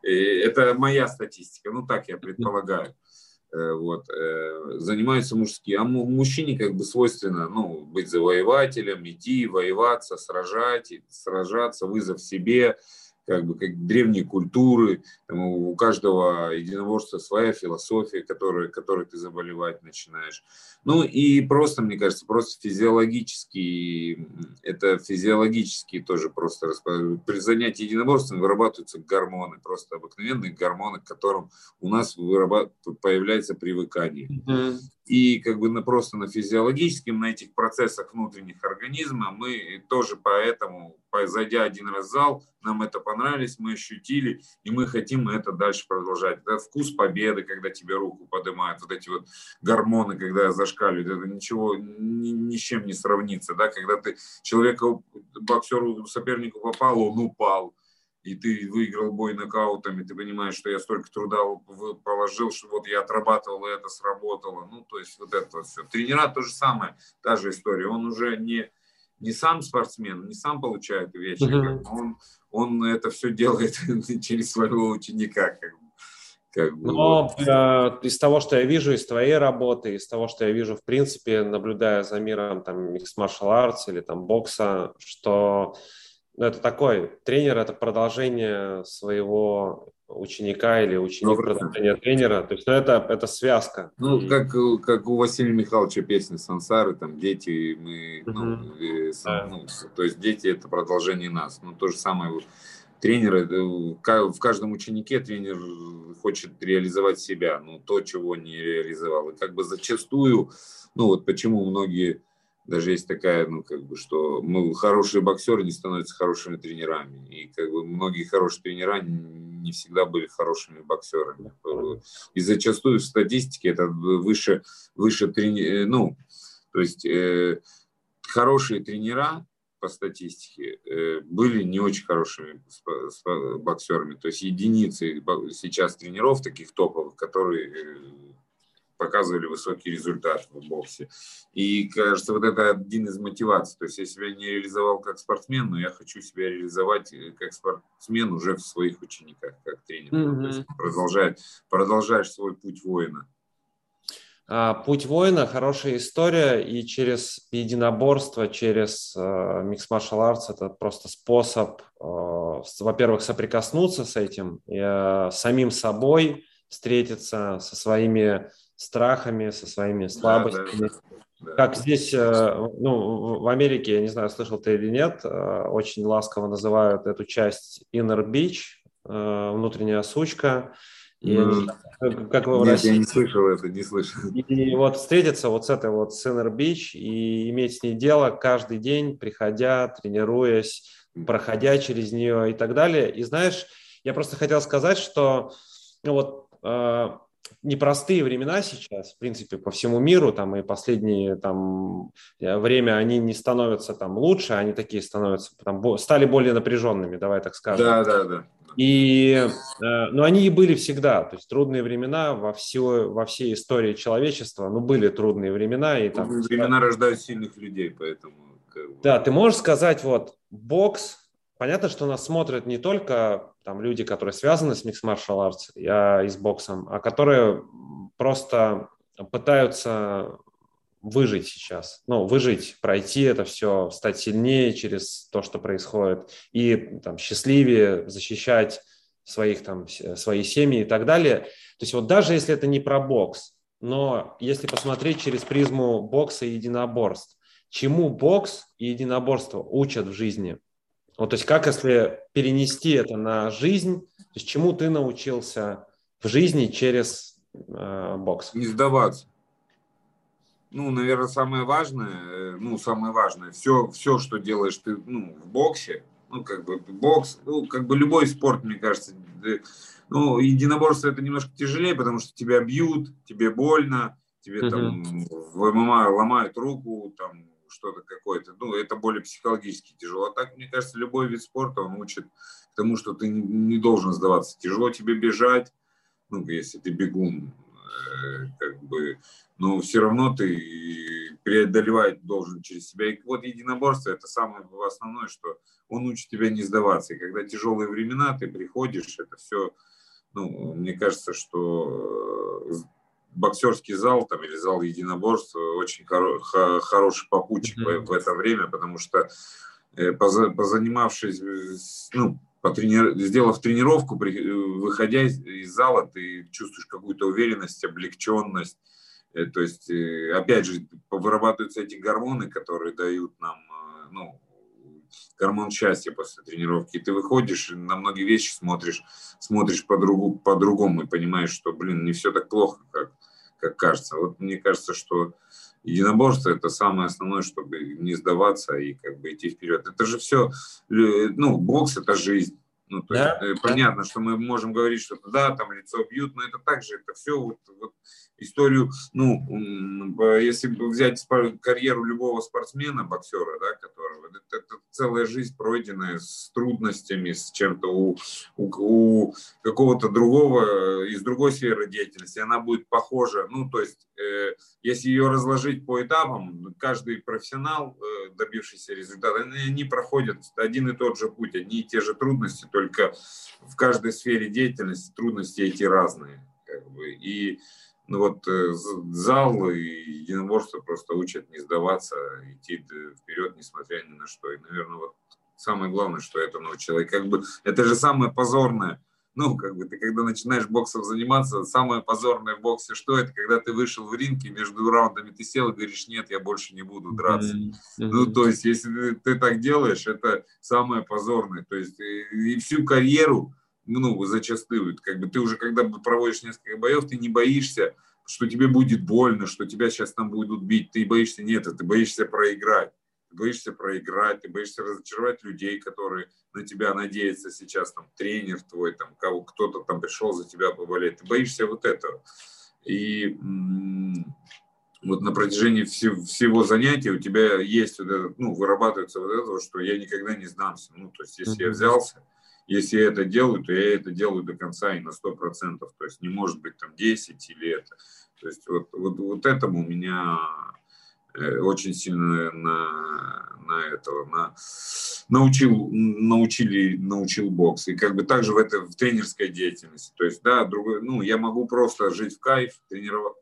это моя статистика, ну так я предполагаю. Вот. Занимаются мужские. А мужчине как бы свойственно, ну, быть завоевателем, идти, воеваться, сражать, сражаться, вызов себе, как бы как древние культуры. Там у каждого единоборства своя философия, которой, которой ты заболевать начинаешь. Ну и просто, мне кажется, просто физиологически, это физиологически тоже просто при занятии единоборством вырабатываются гормоны, просто обыкновенные гормоны, к которым у нас появляется привыкание. Mm-hmm. И как бы на, просто на физиологическом, на этих процессах внутренних организма мы тоже поэтому, зайдя один раз в зал, нам это понравилось, мы ощутили, и мы хотим это дальше продолжать. Это вкус победы, когда тебе руку поднимают, вот эти вот гормоны, когда зашкаливают, это ничего, ни, ни с чем не сравнится, да, когда ты человеку, боксеру, сопернику попал, он упал, и ты выиграл бой нокаутами, ты понимаешь, что я столько труда положил, что вот я отрабатывал, и это сработало. Ну, то есть вот это вот все. Тренера то же самое, та же история. Он уже не, не сам спортсмен, не сам получает вещи, mm-hmm. он, он это все делает через своего ученика. Как бы. Как бы,
Но
вот.
э, из того, что я вижу, из твоей работы, из того, что я вижу, в принципе, наблюдая за миром там mixed martial arts или там бокса, что ну, это такой тренер, это продолжение своего ученика или
Сто
ученик
процентов.
продолжения тренера. То есть ну, это, это связка.
Ну,
И...
как, как у Василия Михайловича песня «Сансары», там дети, мы, ну,
Мгм.
э, сан-
Да.
ну, с- то есть дети – это продолжение нас. Ну, то же самое вот тренер, э, ка- в каждом ученике тренер хочет реализовать себя, ну, то, чего не реализовал. И как бы зачастую, ну, вот почему многие, даже есть такая, ну, как бы, что мы, хорошие боксеры не становятся хорошими тренерами. И как бы многие хорошие тренера не всегда были хорошими боксерами. И зачастую в статистике это выше, выше трени... ну, то есть э, хорошие тренера по статистике э, были не очень хорошими спа- спа- боксерами. То есть единицы сейчас тренеров таких топовых, которые э, показывали высокий результат в боксе. И, кажется, вот это один из мотиваций. То есть я себя не реализовал как спортсмен, но я хочу себя реализовать как спортсмен уже в своих учениках, как тренер. Ну, то есть
Мгм.
продолжать, продолжаешь свой путь воина.
А, Путь воина – хорошая история, и через единоборство, через э, Mixed Martial Arts это просто способ, э, с- во-первых, соприкоснуться с этим, и, э, самим собой, встретиться со своими страхами, со своими
Да, да,
слабостями.
да. Да.
Как здесь, э, ну, в в Америке, я не знаю, слышал ты или нет, э, очень ласково называют эту часть inner beach, э, внутренняя сучка. И я не
Ну,
знаю, как как вы в
нет, я
России.
не слышал это, не слышал.
И вот встретиться вот с этой вот Синер Бич и иметь с ней дело каждый день, приходя, тренируясь, проходя через нее и так далее. И знаешь, я просто хотел сказать, что ну вот э, непростые времена сейчас, в принципе, по всему миру, там и последние там э, время они не становятся там лучше, они такие становятся, там, бо- стали более напряженными, давай так скажем.
Да, да, да.
И, э, но они и были всегда, то есть трудные времена во, все, во всей истории человечества, ну, были трудные времена. И там,
Времена рождают сильных людей, поэтому как
да,
бы...
ты можешь сказать, вот, бокс, понятно, что нас смотрят не только там люди, которые связаны с Mixed Martial Arts а, и с боксом, а которые просто пытаются выжить сейчас, ну, выжить, пройти это все, стать сильнее через то, что происходит, и там счастливее защищать своих там, свои семьи и так далее. То есть вот даже если это не про бокс, но если посмотреть через призму бокса и единоборств, чему бокс и единоборство учат в жизни? Вот, то есть как, если перенести это на жизнь, то есть чему ты научился в жизни через э, бокс?
Не сдаваться. Ну, наверное, самое важное, э, ну, самое важное, все, все, что делаешь ты, ну, в боксе, ну, как бы бокс, ну, как бы любой спорт, мне кажется, э, ну, единоборство это немножко тяжелее, потому что тебя бьют, тебе больно, тебе
Мгм.
там в ММА ломают руку, там что-то какое-то, ну, это более психологически тяжело. А так, мне кажется, любой вид спорта, он учит к тому, что ты не должен сдаваться. Тяжело тебе бежать, ну, если ты бегун, э, как бы, но все равно ты преодолевать должен через себя. И вот единоборство – это самое основное, что он учит тебя не сдаваться. И когда тяжелые времена, ты приходишь, это все, ну, мне кажется, что боксерский зал там, или зал единоборства очень хоро- х- хороший попутчик в,
Мгм.
в это время, потому что э, поза- позанимавшись, э, с- ну, потрени- сделав тренировку, при- э, выходя из, из зала, ты чувствуешь какую-то уверенность, облегченность. Э, То есть, э, опять же, вырабатываются эти гормоны, которые дают нам, э, ну, гормон счастья после тренировки. И ты выходишь, и на многие вещи смотришь, смотришь по-другому, по-другому и понимаешь, что, блин, не все так плохо, как, как кажется. Вот мне кажется, что единоборство – это самое основное, чтобы не сдаваться и как бы идти вперед. Это же все, ну, бокс – это жизнь. Ну, то есть
Да,
э,
да.
понятно, что мы можем говорить, что да, там лицо бьют, но это также, это все вот, вот историю, ну, м, если бы взять спор- карьеру любого спортсмена, боксера, да, которого этого. Это, это целая жизнь, пройденная с трудностями, с чем-то у, у, у какого-то другого, из другой сферы деятельности. Она будет похожа. Ну, то есть, э, если ее разложить по этапам, каждый профессионал, э, добившийся результата, они, они проходят один и тот же путь, одни и те же трудности, только в каждой сфере деятельности трудности эти разные. Как бы. И ну вот зал и единоборство просто учат не сдаваться, идти вперед, несмотря ни на что. И, наверное, вот самое главное, что это научило. И как бы это же самое позорное. Ну, как бы ты когда начинаешь боксом заниматься, самое позорное в боксе, что это? Когда ты вышел в ринг и между раундами ты сел и говоришь, нет, я больше не буду драться. Mm-hmm. Ну, то есть, если ты, ты так делаешь, это самое позорное. То есть, и, и всю карьеру, ну, зачастую, как бы ты уже, когда проводишь несколько боев, ты не боишься, что тебе будет больно, что тебя сейчас там будут бить. Ты боишься, нет, ты боишься проиграть. Ты боишься проиграть, ты боишься разочаровать людей, которые на тебя надеются сейчас, там, тренер твой, там, кого, кто-то там пришел за тебя поболеть. Ты боишься вот этого. И м- вот на протяжении всего, всего занятия у тебя есть вот это, ну, вырабатывается вот это, что я никогда не сдамся. Ну, то есть, если mm-hmm. я взялся, если я это делаю, то я это делаю до конца и на сто процентов. То есть не может быть там десять или это. То есть вот, вот, вот этому меня очень сильно на, на этого, на, научил, научили, научил бокс. И как бы также в, это, в тренерской деятельности. То есть, да, другой, ну, я могу просто жить в кайф, тренировать.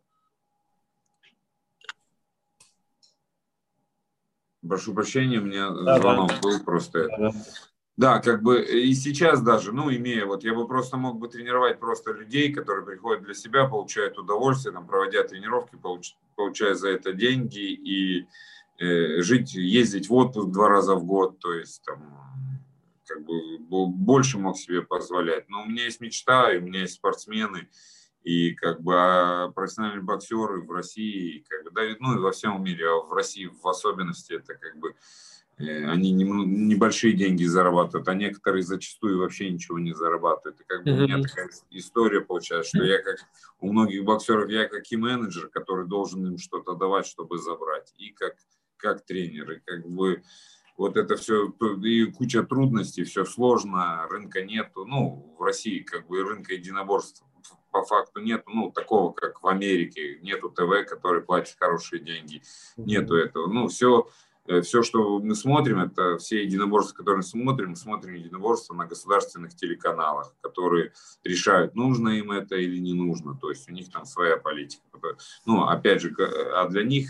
Прошу прощения, у меня да, звонок да. был просто. Да, да. Да, как бы и сейчас даже, ну, имея, вот я бы просто мог бы тренировать просто людей, которые приходят для себя, получают удовольствие, там, проводя тренировки, получ, получая за это деньги и э, жить, ездить в отпуск два раза в год, то есть там, как бы больше мог себе позволять. Но у меня есть мечта, и у меня есть спортсмены, и как бы а профессиональные боксеры в России, как бы, да, ну, и во всем мире, а в России в особенности это как бы они небольшие деньги зарабатывают, а некоторые зачастую вообще ничего не зарабатывают. И как бы mm-hmm. у меня такая история получается, что я как у многих боксеров, я как и менеджер, который должен им что-то давать, чтобы забрать, и как, как тренер. И как бы вот это все, и куча трудностей, все сложно, рынка нету. Ну, в России как бы рынка единоборств по факту нету, ну, такого, как в Америке. Нету ТВ, который платит хорошие деньги. Mm-hmm. Нету этого. Ну, все... Все, что мы смотрим, это все единоборства, которые мы смотрим, мы смотрим единоборства на государственных телеканалах, которые решают, нужно им это или не нужно. То есть у них там своя политика. Ну, опять же, а для них,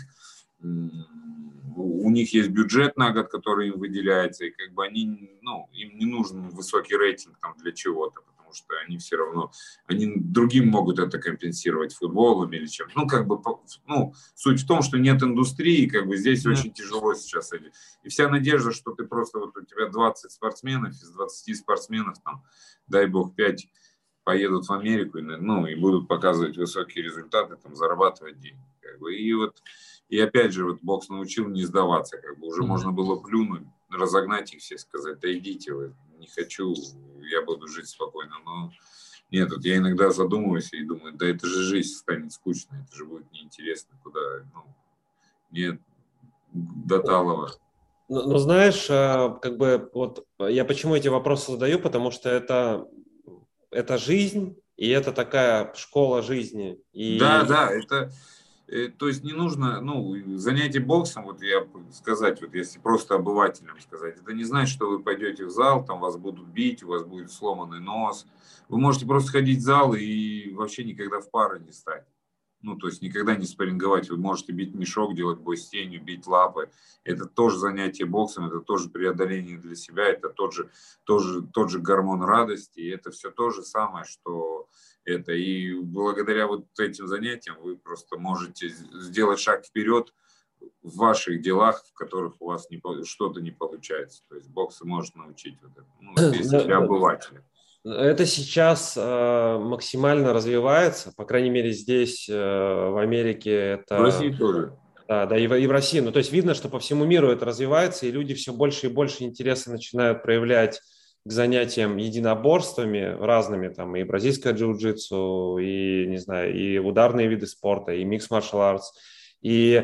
у них есть бюджет на год, который им выделяется, и как бы они, ну, им не нужен высокий рейтинг там для чего-то, потому что они все равно, они другим могут это компенсировать футболом или чем. Ну, как бы, ну, суть в том, что нет индустрии, как бы здесь mm-hmm. очень тяжело сейчас. И вся надежда, что ты просто, вот у тебя двадцать спортсменов, из двадцати спортсменов, там, дай бог, пять поедут в Америку, ну, и будут показывать высокие результаты, там, зарабатывать деньги. Как бы. И вот, и опять же, вот бокс научил не сдаваться, как бы, уже mm-hmm. можно было плюнуть, разогнать их все, сказать, да идите вы, не хочу, я буду жить спокойно, но нет, вот я иногда задумываюсь и думаю, да это же жизнь станет скучной, это же будет неинтересно, куда, ну, нет, до талого.
Ну, ну, знаешь, как бы, вот я почему эти вопросы задаю, потому что это, это жизнь, и это такая школа жизни. И...
Да, да, это... То есть не нужно, ну, занятие боксом, вот я сказать, вот если просто обывателям сказать, это не значит, что вы пойдете в зал, там вас будут бить, у вас будет сломанный нос. Вы можете просто ходить в зал и вообще никогда в пары не стать. Ну, то есть никогда не спарринговать. Вы можете бить мешок, делать бой с тенью, бить лапы. Это тоже занятие боксом, это тоже преодоление для себя, это тот же, тоже, тот же гормон радости. И это все то же самое, что это. И благодаря вот этим занятиям вы просто можете сделать шаг вперед в ваших делах, в которых у вас не, что-то не получается. То есть бокс может научить вот это. Ну, если для обывателя.
Это сейчас э, максимально развивается, по крайней мере здесь, э, в Америке. Это...
В России тоже.
Да, да, и в, и в России. Ну, то есть видно, что по всему миру это развивается, и люди все больше и больше интереса начинают проявлять к занятиям единоборствами разными, там и бразильское джиу-джитсу, и, не знаю, и ударные виды спорта, и микс маршал артс. И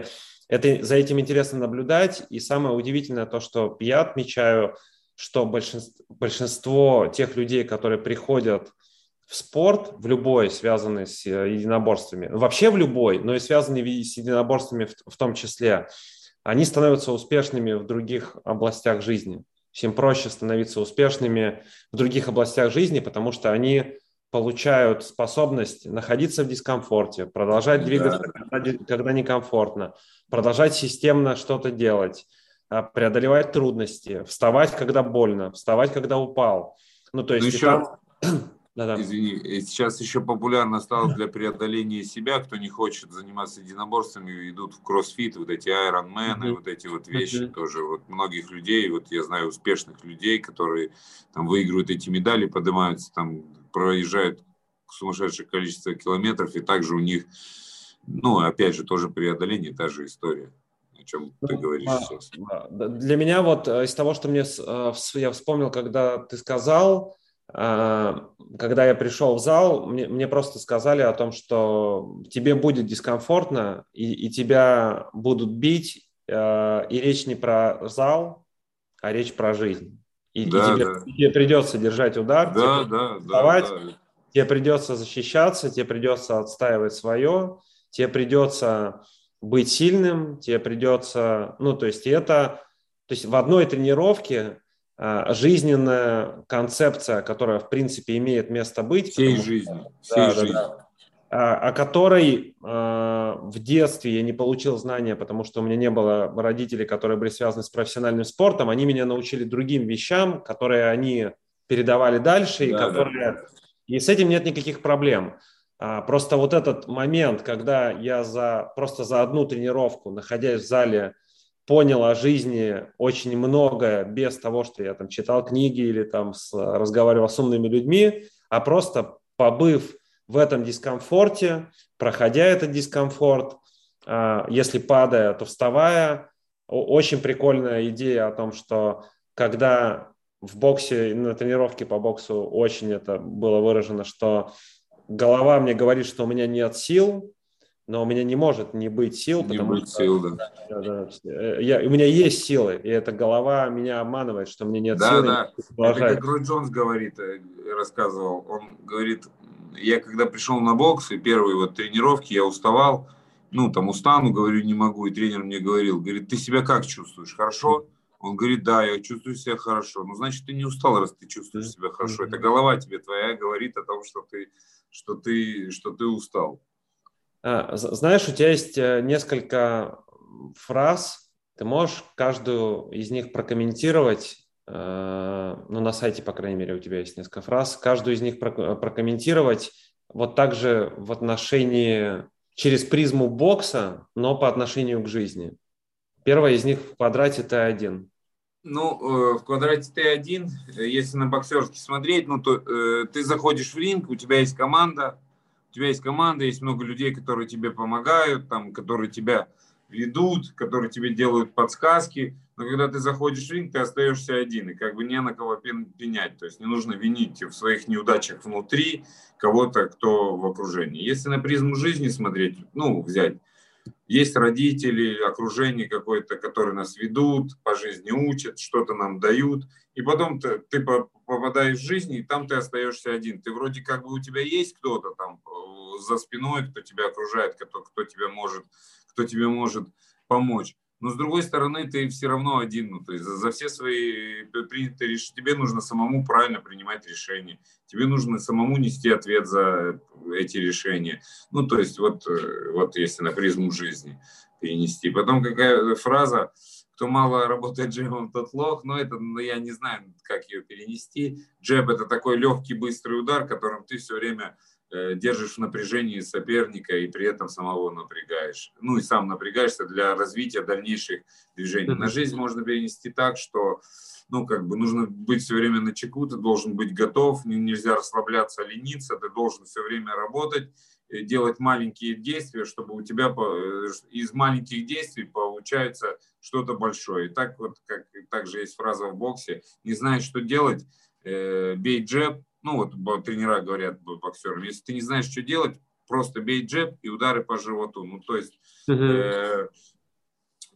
это, за этим интересно наблюдать. И самое удивительное то, что я отмечаю, что большинство, большинство тех людей, которые приходят в спорт, в любой, связанный с единоборствами, вообще в любой, но и связанный с единоборствами в, в том числе, они становятся успешными в других областях жизни. Им проще становиться успешными в других областях жизни, потому что они получают способность находиться в дискомфорте, продолжать двигаться,
Да.
когда, когда некомфортно, продолжать системно что-то делать, преодолевать трудности, вставать, когда больно, вставать, когда упал. Ну, то есть
Ну,
и
еще...
там... Да-да.
Извини, сейчас еще популярно стало для преодоления себя, кто не хочет заниматься единоборствами, идут в кроссфит, вот эти айронмены, uh-huh. вот эти вот вещи uh-huh. тоже. Вот многих людей, вот я знаю успешных людей, которые там выигрывают эти медали, поднимаются, там проезжают сумасшедшее количество километров, и также у них, ну, опять же, тоже преодоление, та же история, о чем ну, ты говоришь а, сейчас.
Для меня вот из того, что мне я вспомнил, когда ты сказал, когда я пришел в зал, мне, мне просто сказали о том, что тебе будет дискомфортно, и, и тебя будут бить, и речь не про зал, а речь про жизнь. И, да, и тебе, да. тебе придется держать удар,
да,
тебе
да,
придется вставать, да, да. тебе придется защищаться, тебе придется отстаивать свое, тебе придется быть сильным, тебе придется... Ну, то есть это... То есть в одной тренировке жизненная концепция, которая, в принципе, имеет место быть.
Всей
потому,
жизни. Всей
да,
жизни.
Да, да, о которой э, в детстве я не получил знания, потому что у меня не было родителей, которые были связаны с профессиональным спортом. Они меня научили другим вещам, которые они передавали дальше, да, и, которые... да. и с этим нет никаких проблем. А, просто вот этот момент, когда я за, просто за одну тренировку, находясь в зале, понял о жизни очень многое без того, что я там читал книги или там с, разговаривал с умными людьми, а просто побыв в этом дискомфорте, проходя этот дискомфорт, если падая, то вставая. Очень прикольная идея о том, что когда в боксе, на тренировке по боксу очень это было выражено, что голова мне говорит, что у меня нет сил, но у меня не может не быть сил,
не
потому
быть
что
сил, да.
Да, да, я, у меня есть силы, и эта голова меня обманывает, что мне нет
да,
сил.
Да, да. Это как Рой Джонс говорит, рассказывал. Он говорит, я когда пришел на бокс, и первые вот тренировки, я уставал, ну, там устану, говорю, не могу, и тренер мне говорил, говорит, ты себя как чувствуешь, хорошо? Он говорит, да, я чувствую себя хорошо. Ну, значит, ты не устал, раз ты чувствуешь себя хорошо. Это голова тебе твоя говорит о том, что ты, что ты, что ты устал.
Знаешь, у тебя есть несколько фраз, ты можешь каждую из них прокомментировать, ну, на сайте, по крайней мере, у тебя есть несколько фраз, каждую из них прокомментировать вот так же в отношении, через призму бокса, но по отношению к жизни. Первая из них в квадрате Т один.
Ну, в квадрате Т один, если на боксерский смотреть, ну, то э, ты заходишь в ринг, у тебя есть команда, у тебя есть команда, есть много людей, которые тебе помогают, там, которые тебя ведут, которые тебе делают подсказки. Но когда ты заходишь в ринг, ты остаешься один, и как бы не на кого пенять. То есть не нужно винить в своих неудачах внутри кого-то, кто в окружении. Если на призму жизни смотреть, ну, взять, есть родители, окружение какое-то, которые нас ведут, по жизни учат, что-то нам дают. И потом ты, ты попадаешь в жизнь, и там ты остаешься один. Ты вроде как бы у тебя есть кто-то там за спиной, кто тебя окружает, кто, кто, тебе может, кто тебе может помочь. Но с другой стороны, ты все равно один. Ну, то есть за, за все свои принятые решения тебе нужно самому правильно принимать решения. Тебе нужно самому нести ответ за эти решения. Ну, то есть вот, вот если на призму жизни перенести. Потом какая фраза: кто мало работает джебом, тот лох. Но это, ну, я не знаю, как ее перенести. Джеб — это такой легкий, быстрый удар, которым ты все время держишь в напряжении соперника и при этом самого напрягаешь. Ну и сам напрягаешься для развития дальнейших движений. На жизнь можно перенести так, что, ну, как бы нужно быть все время начеку, ты должен быть готов, нельзя расслабляться, лениться, ты должен все время работать, делать маленькие действия, чтобы у тебя из маленьких действий получается что-то большое. И так вот, как также есть фраза в боксе: не знаешь, что делать, бей джеб. Ну, вот тренера говорят боксерам, если ты не знаешь, что делать, просто бей джеб и удары по животу. Ну, то есть, э,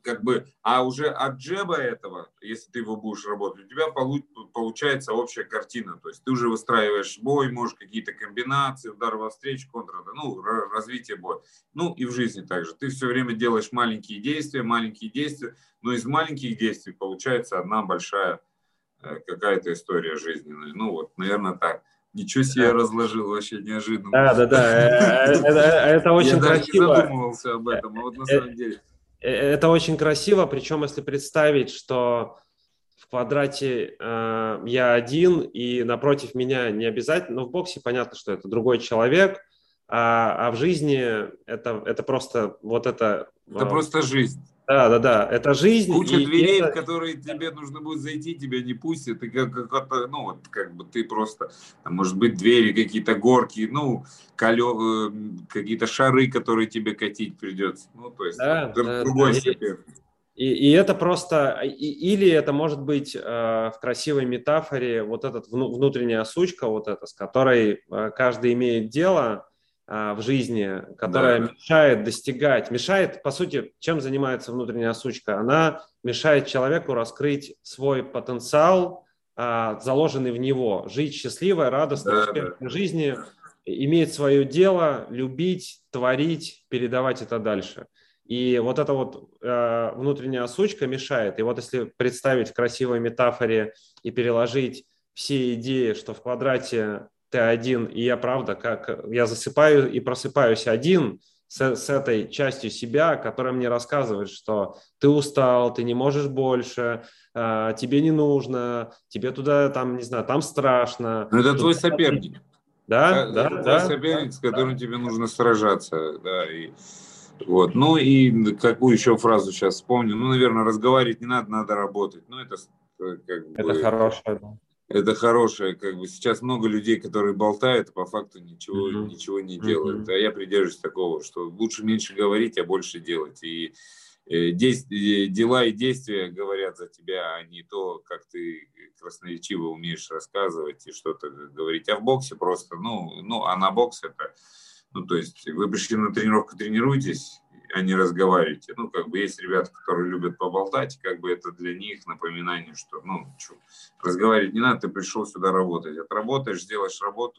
как бы, а уже от джеба этого, если ты его будешь работать, у тебя получ, получается общая картина. То есть ты уже выстраиваешь бой, можешь какие-то комбинации, удар во встречу, контр, ну, развитие боя. Ну и в жизни также. Ты все время делаешь маленькие действия, маленькие действия, но из маленьких действий получается одна большая какая-то история жизненная. Ну вот, наверное, так. Ничего себе я разложил, вообще неожиданно.
Да, да, да. Это очень красиво.
Я даже не задумывался об этом, а вот на самом деле.
Это очень красиво, причем если представить, что в квадрате э, я один, и напротив меня не обязательно, но в боксе понятно, что это другой человек, а, а в жизни это, это просто вот это...
Это э, просто жизнь.
Да, да, да, это жизнь.
Куча
и,
дверей,
и это...
в которые тебе нужно будет зайти, тебя не пустят, и как, как, ну, вот, как бы ты просто, там, может быть, двери, какие-то горки, ну, колё, какие-то шары, которые тебе катить придется, ну, то есть,
да,
вот,
да,
другой
да.
соперник.
И, и это просто, и, или это может быть э, в красивой метафоре вот эта внутренняя сучка, вот эта, с которой э, каждый имеет дело э, в жизни, которая да. мешает достигать, мешает, по сути, чем занимается внутренняя сучка? Она мешает человеку раскрыть свой потенциал, э, заложенный в него, жить счастливой, радостной, да, успешной да. жизни, иметь свое дело, любить, творить, передавать это дальше. И вот эта вот э, внутренняя сучка мешает. И вот если представить в красивой метафоре и переложить все идеи, что в квадрате ты один, и я правда, как я засыпаю и просыпаюсь один с, с этой частью себя, которая мне рассказывает, что ты устал, ты не можешь больше, э, тебе не нужно, тебе туда, там, не знаю, там страшно.
Но это
туда...
твой соперник.
Да,
это
да,
твой
да.
соперник,
да,
с которым
да.
тебе нужно сражаться, да, и... Вот. Ну и какую еще фразу сейчас вспомню? Ну, наверное, разговаривать не надо, надо работать. Ну, это как бы...
Это хорошее, да.
Это хорошее, как бы сейчас много людей, которые болтают, а по факту ничего,
Mm-hmm.
ничего не
Mm-hmm.
делают. А я придерживаюсь такого, что лучше меньше говорить, а больше делать. И э, действия, дела и действия говорят за тебя, а не то, как ты красноречиво умеешь рассказывать и что-то говорить. А в боксе просто, ну, ну а на бокс это... Ну, то есть вы пришли на тренировку, тренируйтесь, а не разговаривайте. Ну, как бы есть ребята, которые любят поболтать, как бы это для них напоминание, что, ну, что, разговаривать не надо, ты пришел сюда работать. Отработаешь, сделаешь работу,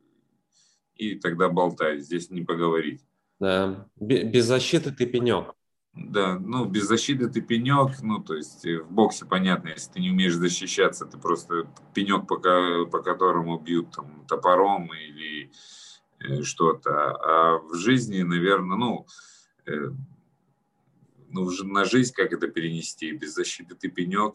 и тогда болтай. Здесь не поговорить.
Да, без защиты ты пенек.
Да, ну, без защиты ты пенек, ну, то есть в боксе понятно, если ты не умеешь защищаться, ты просто пенек, по, по которому бьют там топором или... что-то, а в жизни, наверное, ну, э, ну, на жизнь как это перенести? Без защиты ты пенек.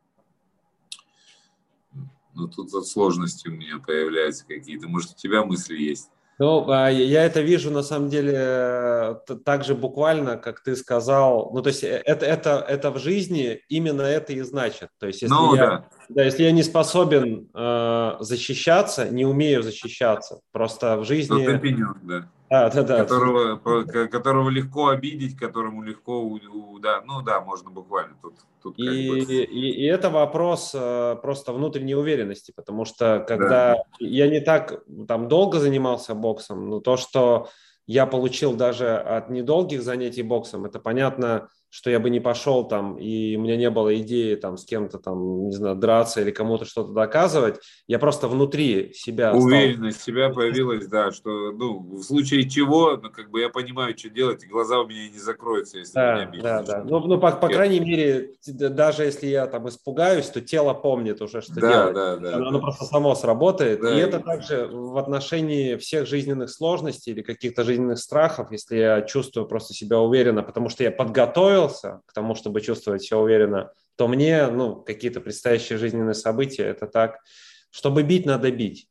Ну, тут вот сложности у меня появляются какие-то. Может, у тебя мысли есть?
Ну, я это вижу, на самом деле, так же буквально, как ты сказал. Ну, то есть это, это, это в жизни именно это и значит. То есть если,
ну,
я,
да.
Да, если я не способен э, защищаться, не умею защищаться, просто в жизни...
То ты пенек, да.
Да, да, да.
Которого, которого легко обидеть, которому легко, да, ну да, можно буквально тут, тут
и,
как бы...
и, и это вопрос э, просто внутренней уверенности, потому что когда
Да.
я не так там долго занимался боксом, но то, что я получил даже от недолгих занятий боксом, это понятно, что я бы не пошел там, и у меня не было идеи там с кем-то там, не знаю, драться или кому-то что-то доказывать. Я просто внутри себя
Уверенность
стал...
себя появилась, да, что, ну, в случае чего, ну, как бы я понимаю, что делать, и глаза у меня не закроются, если
Да,
меня бить.
да, да. Ну, ну по, по крайней мере, даже если я там испугаюсь, то тело помнит уже, что
да,
делать.
Да, да,
Оно
да.
просто само сработает.
Да,
и это
и...
также в отношении всех жизненных сложностей или каких-то жизненных страхов, если я чувствую просто себя уверенно, потому что я подготовился к тому, чтобы чувствовать себя уверенно, то мне, ну, какие-то предстоящие жизненные события, это так. Чтобы бить, надо бить.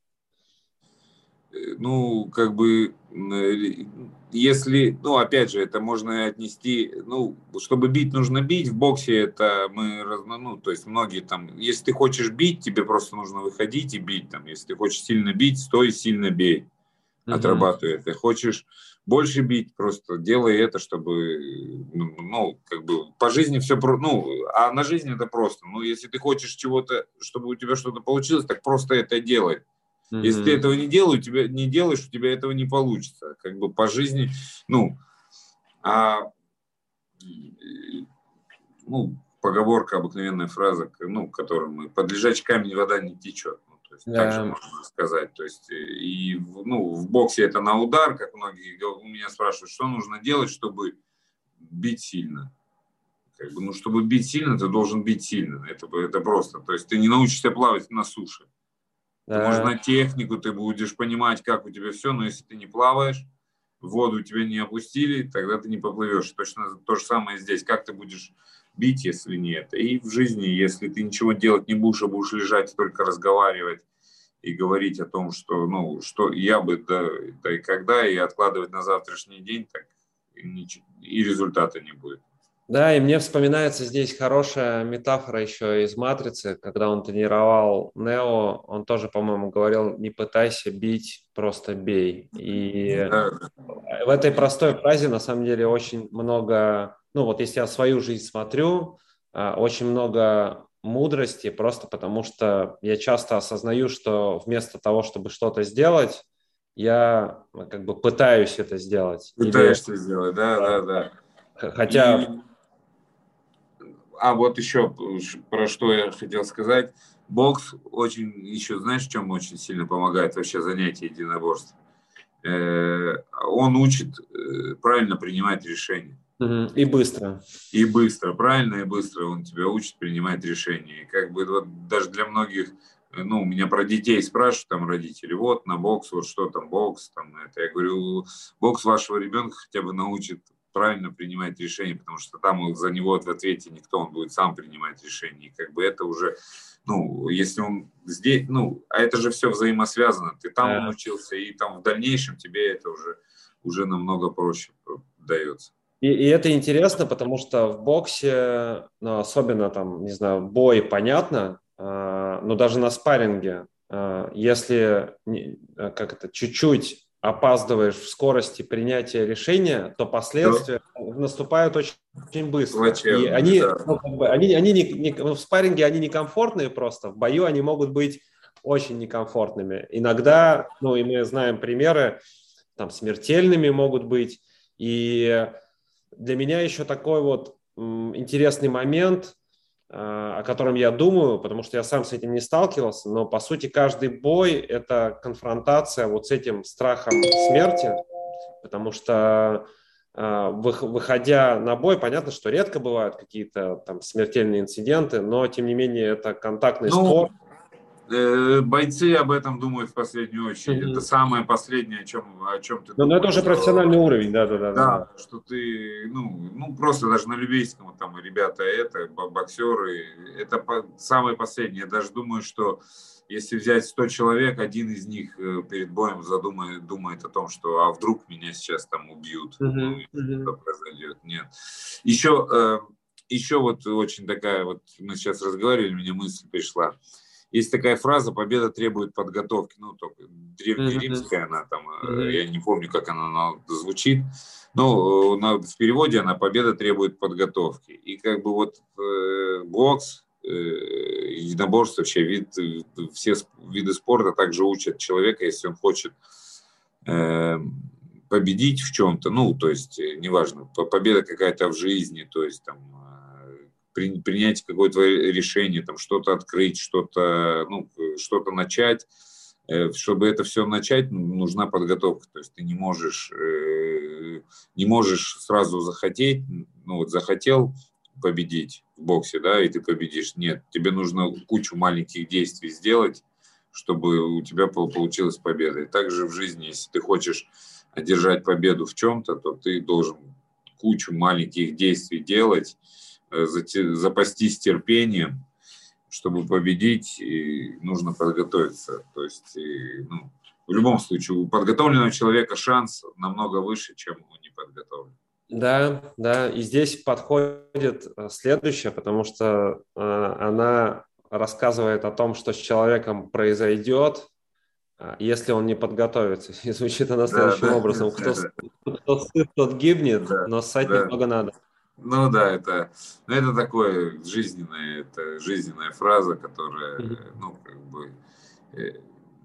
Ну, как бы, если, ну, опять же, это можно отнести, ну, чтобы бить, нужно бить. В боксе это мы, ну, то есть многие там, если ты хочешь бить, тебе просто нужно выходить и бить там. Если ты хочешь сильно бить, стой, сильно бей, mm-hmm. отрабатывай это. Хочешь больше бить, просто делай это, чтобы, ну, как бы, по жизни все, ну, а на жизни это просто. Ну, если ты хочешь чего-то, чтобы у тебя что-то получилось, так просто это делай. Mm-hmm. Если ты этого не делаешь, у тебя не делаешь, у тебя этого не получится. Как бы по жизни, ну, а ну, поговорка, обыкновенная фраза, ну, которую мы, под лежачий камень вода не течет. Ну, то есть, так же
Да.
можно сказать. То есть, и, ну, в боксе это на удар, как многие у меня спрашивают, что нужно делать, чтобы бить сильно. Как бы, ну, чтобы бить сильно, ты должен бить сильно. Это, это просто. То есть, ты не научишься плавать на суше. Ты можешь
Да.
знать технику, ты будешь понимать, как у тебя все, но если ты не плаваешь, в воду тебя не опустили, тогда ты не поплывешь. Точно то же самое здесь. Как ты будешь бить, если нет? И в жизни, если ты ничего делать не будешь, а будешь лежать и только разговаривать и говорить о том, что, ну, что я бы, да, да и когда, и откладывать на завтрашний день, так и, ничего, и результата не будет.
Да, и мне вспоминается здесь хорошая метафора еще из «Матрицы», когда он тренировал Нео, он тоже, по-моему, говорил: не пытайся бить, просто бей. И
Да,
в этой простой фразе на самом деле очень много, ну вот если я свою жизнь смотрю, очень много мудрости, просто потому что я часто осознаю, что вместо того, чтобы что-то сделать, я как бы пытаюсь это сделать. Или
пытаешься сделать, да, да, да. И
хотя...
А вот еще про что я хотел сказать. Бокс очень, еще знаешь, в чем очень сильно помогает вообще занятие единоборств? Он учит правильно принимать решения.
И быстро.
И быстро, правильно и быстро он тебя учит принимать решения. И как бы вот даже для многих, ну, у меня про детей спрашивают, там родители, вот на бокс, вот что там бокс, там это. Я говорю, бокс вашего ребенка хотя бы научит правильно принимать решения, потому что там за него в ответе никто, он будет сам принимать решения. И как бы это уже, ну, если он здесь, ну, а это же все взаимосвязано. Ты там
Да.
научился, и там в дальнейшем тебе это уже, уже намного проще дается.
И, и это интересно, потому что в боксе, ну, особенно там, не знаю, бой, понятно, э, но даже на спарринге, э, если не, как это, чуть-чуть опаздываешь в скорости принятия решения, то последствия наступают очень, очень быстро. И они,
да.
ну, как бы, они, они не, не, в спарринге они некомфортные просто, в бою они могут быть очень некомфортными. Иногда, ну и мы знаем примеры, там смертельными могут быть. И для меня еще такой вот м, интересный момент, э, о котором я думаю, потому что я сам с этим не сталкивался, но по сути каждый бой – это конфронтация вот с этим страхом смерти, потому что э, выходя на бой, понятно, что редко бывают какие-то там смертельные инциденты, но тем не менее это контактный
ну,
спорт.
Бойцы об этом думают в последнюю очередь. Mm-hmm. Это самое последнее, о чем, о чем ты
но,
думаешь.
Но это уже профессиональный что... уровень, да, да, да,
да.
Да,
что ты, ну, ну, просто даже на любительском, там, ребята, это, боксеры, это самое последнее. Я даже думаю, что если взять сто человек, один из них перед боем задумает, думает о том, что а вдруг меня сейчас там убьют, mm-hmm. ну, что произойдет. Нет. Еще, еще вот очень такая, вот мы сейчас разговаривали, мне мысль пришла. Есть такая фраза: победа требует подготовки. Ну, только древнеримская, mm-hmm. она там, mm-hmm. я не помню, как она, она звучит. Но на, в переводе она: победа требует подготовки. И как бы вот э, бокс, э, единоборство, вообще вид, все виды спорта также учат человека, если он хочет э, победить в чем-то, ну, то есть, неважно, победа какая-то в жизни, то есть там принять какое-то решение, там что-то открыть, что-то, ну, что-то начать. Чтобы это все начать, нужна подготовка. То есть ты не можешь, не можешь сразу захотеть, ну вот захотел победить в боксе, да, и ты победишь. Нет, тебе нужно кучу маленьких действий сделать, чтобы у тебя получилась победа. И также в жизни, если ты хочешь одержать победу в чем-то, то ты должен кучу маленьких действий делать, запастись терпением, чтобы победить, и нужно подготовиться. То есть, и, ну, в любом случае, у подготовленного человека шанс намного выше, чем у неподготовленного.
Да, да, и здесь подходит следующее, потому что э, она рассказывает о том, что с человеком произойдет, если он не подготовится. И звучит она следующим да, образом: да, кто, да. кто сыт, тот гибнет, да, но ссать да. немного надо.
Ну да, это, это такое жизненное, это жизненная фраза, которая, mm-hmm. ну, как бы,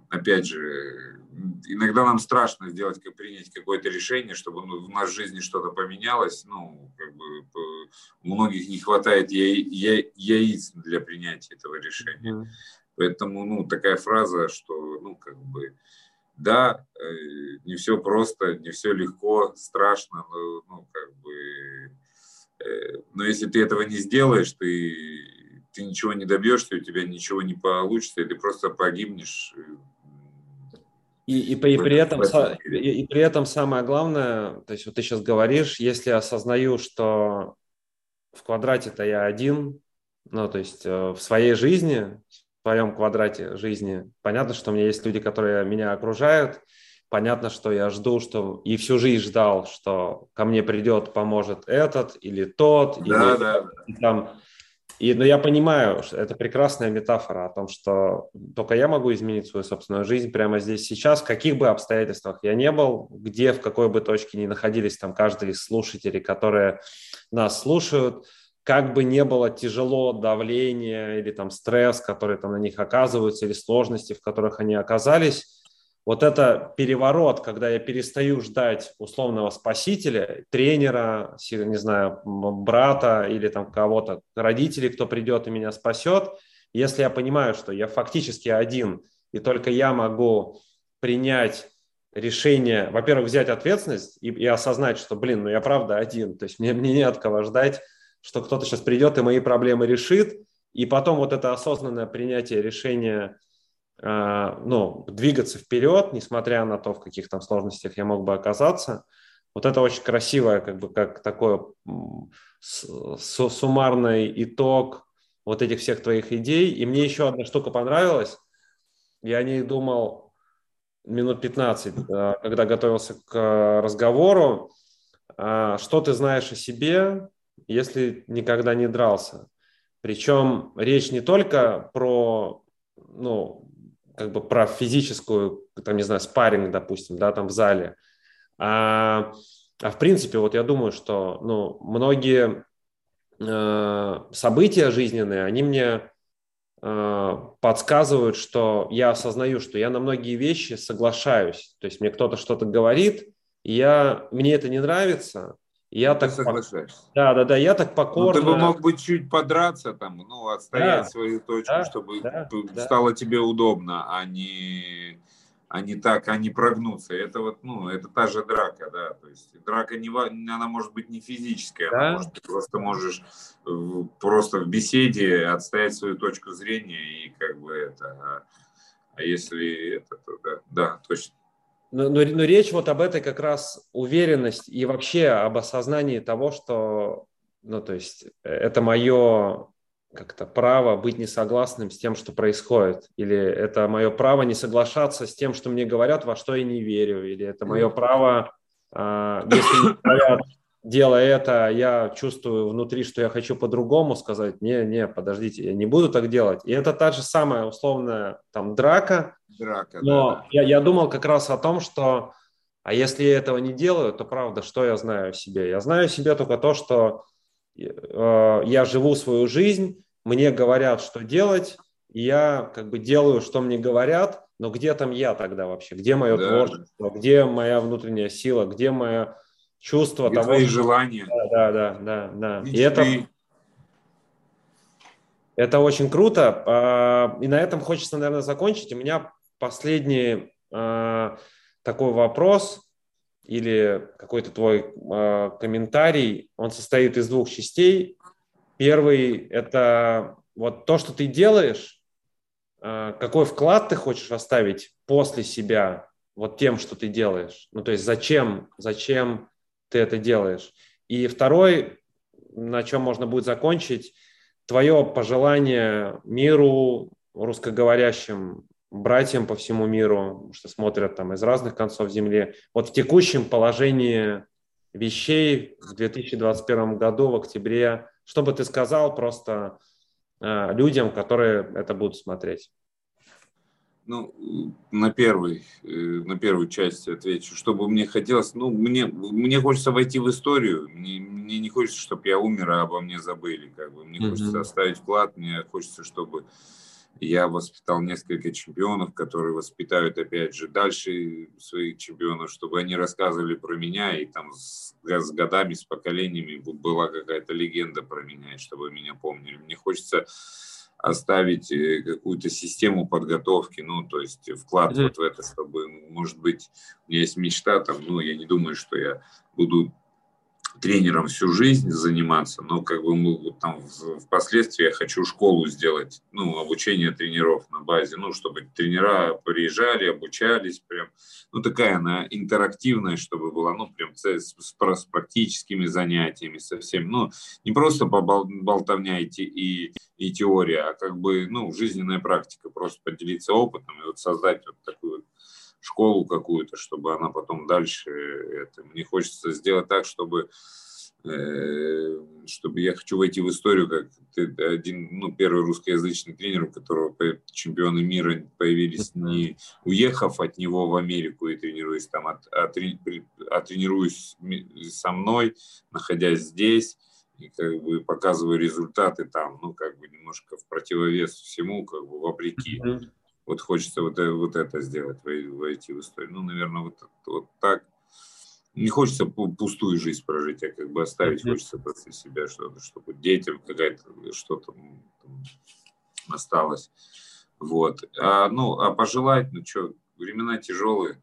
опять же, иногда нам страшно сделать, как принять какое-то решение, чтобы ну, в нашей жизни что-то поменялось. Ну, как бы у многих не хватает я, я, яиц для принятия этого решения.
Mm-hmm.
Поэтому, ну, такая фраза, что, ну, как бы, да, э, не все просто, не все легко, страшно, но, ну, как бы, э, но если ты этого не сделаешь, ты, ты ничего не добьешься, у тебя ничего не получится, и ты просто погибнешь.
И, и, и, при этом, и, и при этом самое главное, то есть вот ты сейчас говоришь, если я осознаю, что в квадрате-то я один, ну, то есть э, в своей жизни, в своем квадрате жизни, понятно, что у меня есть люди, которые меня окружают, понятно, что я жду, что и всю жизнь ждал, что ко мне придет, поможет этот или тот,
да,
или
да.
и там... И, но я понимаю, что это прекрасная метафора о том, что только я могу изменить свою собственную жизнь прямо здесь, сейчас, в каких бы обстоятельствах я не был, где, в какой бы точке ни находились там каждый из слушателей, которые нас слушают, как бы не было тяжело давление или там стресс, который там на них оказывается, или сложности, в которых они оказались. Вот это переворот, когда я перестаю ждать условного спасителя, тренера, не знаю, брата или там кого-то, родителей, кто придет и меня спасет. Если я понимаю, что я фактически один, и только я могу принять решение, во-первых, взять ответственность и, и осознать, что, блин, ну я правда один, то есть мне, мне не от кого ждать, что кто-то сейчас придет и мои проблемы решит, и потом вот это осознанное принятие решения, ну, двигаться вперед, несмотря на то, в каких там сложностях я мог бы оказаться. Вот это очень красивое, как бы, как такой суммарный итог вот этих всех твоих идей. И мне еще одна штука понравилась. Я о ней думал минут пятнадцать, когда готовился к разговору. Что ты знаешь о себе, если никогда не дрался? Причем речь не только про, ну, как бы про физическую, там, не знаю, спарринг, допустим, да, там в зале. А, а в принципе, вот я думаю, что, ну, многие э, события жизненные, они мне э, подсказывают, что я осознаю, что я на многие вещи соглашаюсь. То есть мне кто-то что-то говорит, и я, мне это не нравится, и я
ты
так...
соглашаешься.
Да, да, да, я так покорно...
Ну, ты бы мог бы чуть подраться там, ну, отстоять
да,
свою точку,
да,
чтобы
да,
стало
да.
тебе удобно, а не, а не так, а не прогнуться. Это вот, ну, это та же драка, да, то есть драка, не, она может быть не физическая,
Да.
она может, ты просто можешь просто в беседе отстоять свою точку зрения и как бы это, а, а если это, то да, да, точно.
Но, но, но речь вот об этой как раз уверенности и вообще об осознании того, что, ну, то есть это мое как-то право быть несогласным с тем, что происходит, или это мое право не соглашаться с тем, что мне говорят, во что я не верю, или это мое право, а, если мне говорят, делай это, я чувствую внутри, что я хочу по-другому сказать, не, не, подождите, я не буду так делать. И это та же самая условная там драка.
Драка,
Но
да, да.
я, я думал как раз о том, что, а если я этого не делаю, то правда, что я знаю о себе? Я знаю о себе только то, что э, я живу свою жизнь, мне говорят, что делать, и я как бы делаю, что мне говорят, но где там я тогда вообще? Где мое
Да,
творчество?
да.
Где моя внутренняя сила? Где мое чувство
Где
того,
твои
что...
желания?
Да, да, да, да. И
Мечты.
это... Это очень круто. И на этом хочется, наверное, закончить. У меня последний такой вопрос или какой-то твой комментарий. Он состоит из двух частей. Первый – это вот то, что ты делаешь, какой вклад ты хочешь оставить после себя вот тем, что ты делаешь. Ну, то есть зачем, зачем ты это делаешь. И второй, на чем можно будет закончить, твое пожелание миру, русскоговорящим братьям по всему миру, что смотрят там из разных концов земли, вот в текущем положении вещей в две тысячи двадцать первом году, в октябре, что бы ты сказал просто э, людям, которые это будут смотреть?
Ну, на первый, на первую часть отвечу. Что бы мне хотелось, ну, мне, мне хочется войти в историю. Мне, мне не хочется, чтобы я умер, а обо мне забыли. Как бы. Мне mm-hmm. хочется оставить вклад, мне хочется, чтобы Я воспитал несколько чемпионов, которые воспитают, опять же, дальше своих чемпионов, чтобы они рассказывали про меня, и там с, с годами, с поколениями была какая-то легенда про меня, чтобы меня помнили. Мне хочется оставить какую-то систему подготовки, ну, то есть вклад mm-hmm. вот в это, чтобы, может быть, у меня есть мечта, там, ну, я не думаю, что я буду тренером всю жизнь заниматься, но как бы мы там впоследствии я хочу школу сделать, ну, обучение тренеров на базе, ну, чтобы тренера приезжали, обучались, прям, ну, такая она интерактивная, чтобы была, ну, прям с, с, с практическими занятиями, совсем, ну, не просто болтовня и, и, и теория, а как бы, ну, жизненная практика, просто поделиться опытом и вот создать вот такую вот школу какую-то, чтобы она потом дальше, это, мне хочется сделать так, чтобы, э, чтобы я хочу войти в историю, как один, ну, первый русскоязычный тренер, у которого чемпионы мира появились, не уехав от него в Америку и тренируясь там, а, а, а тренируясь со мной, находясь здесь, и как бы показывая результаты там, ну, как бы немножко в противовес всему, как бы вопреки. Вот хочется вот, вот это сделать, войти в историю. Ну, наверное, вот, вот так. Не хочется пустую жизнь прожить, а как бы оставить, mm-hmm. хочется после себя что-то, чтобы детям какая-то что-то там осталось. Вот. А, ну, а пожелать, ну что, времена тяжелые.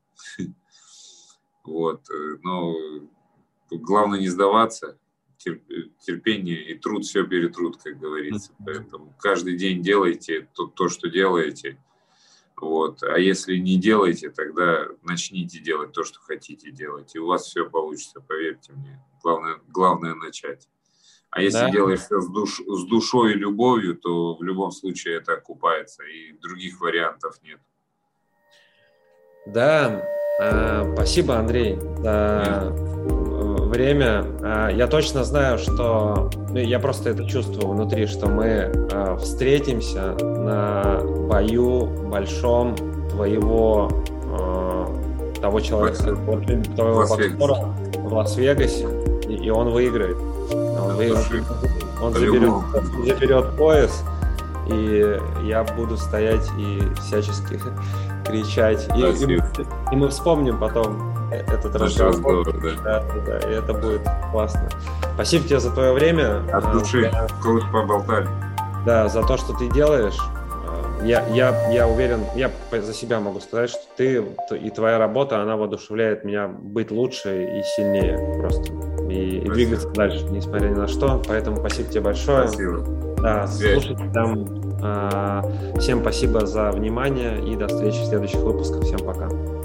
Вот. Но главное не сдаваться. Терпение и труд все перетрут, как говорится. Mm-hmm. Поэтому каждый день делайте то, то, что делаете. Вот. А если не делаете, тогда начните делать то, что хотите делать. И у вас все получится, поверьте мне. Главное, главное начать. А если да. делаешь все с, душ, с душой и любовью, то в любом случае это окупается. И других вариантов нет.
Да, э, спасибо, Андрей, за время. Э, я точно знаю, что... Ну, я просто это чувствую внутри, что мы э, встретимся на бою большом твоего э, того человека, твоего боксера в Лас-Вегасе, и, и он выиграет. Он, выиграет, он заберет, заберет пояс, и я буду стоять и всячески кричать. И, и, и мы вспомним потом этот разговор. Да, да, да, и это будет классно. Спасибо тебе за твое время.
От души, да, поболтали.
Да, за то, что ты делаешь. Я, я, я уверен, я за себя могу сказать, что ты и твоя работа, она воодушевляет меня быть лучше и сильнее просто. И, и двигаться дальше, несмотря ни на что. Поэтому спасибо тебе большое.
Спасибо.
Да, слушателям, э, всем спасибо за внимание и до встречи в следующих выпусках. Всем пока.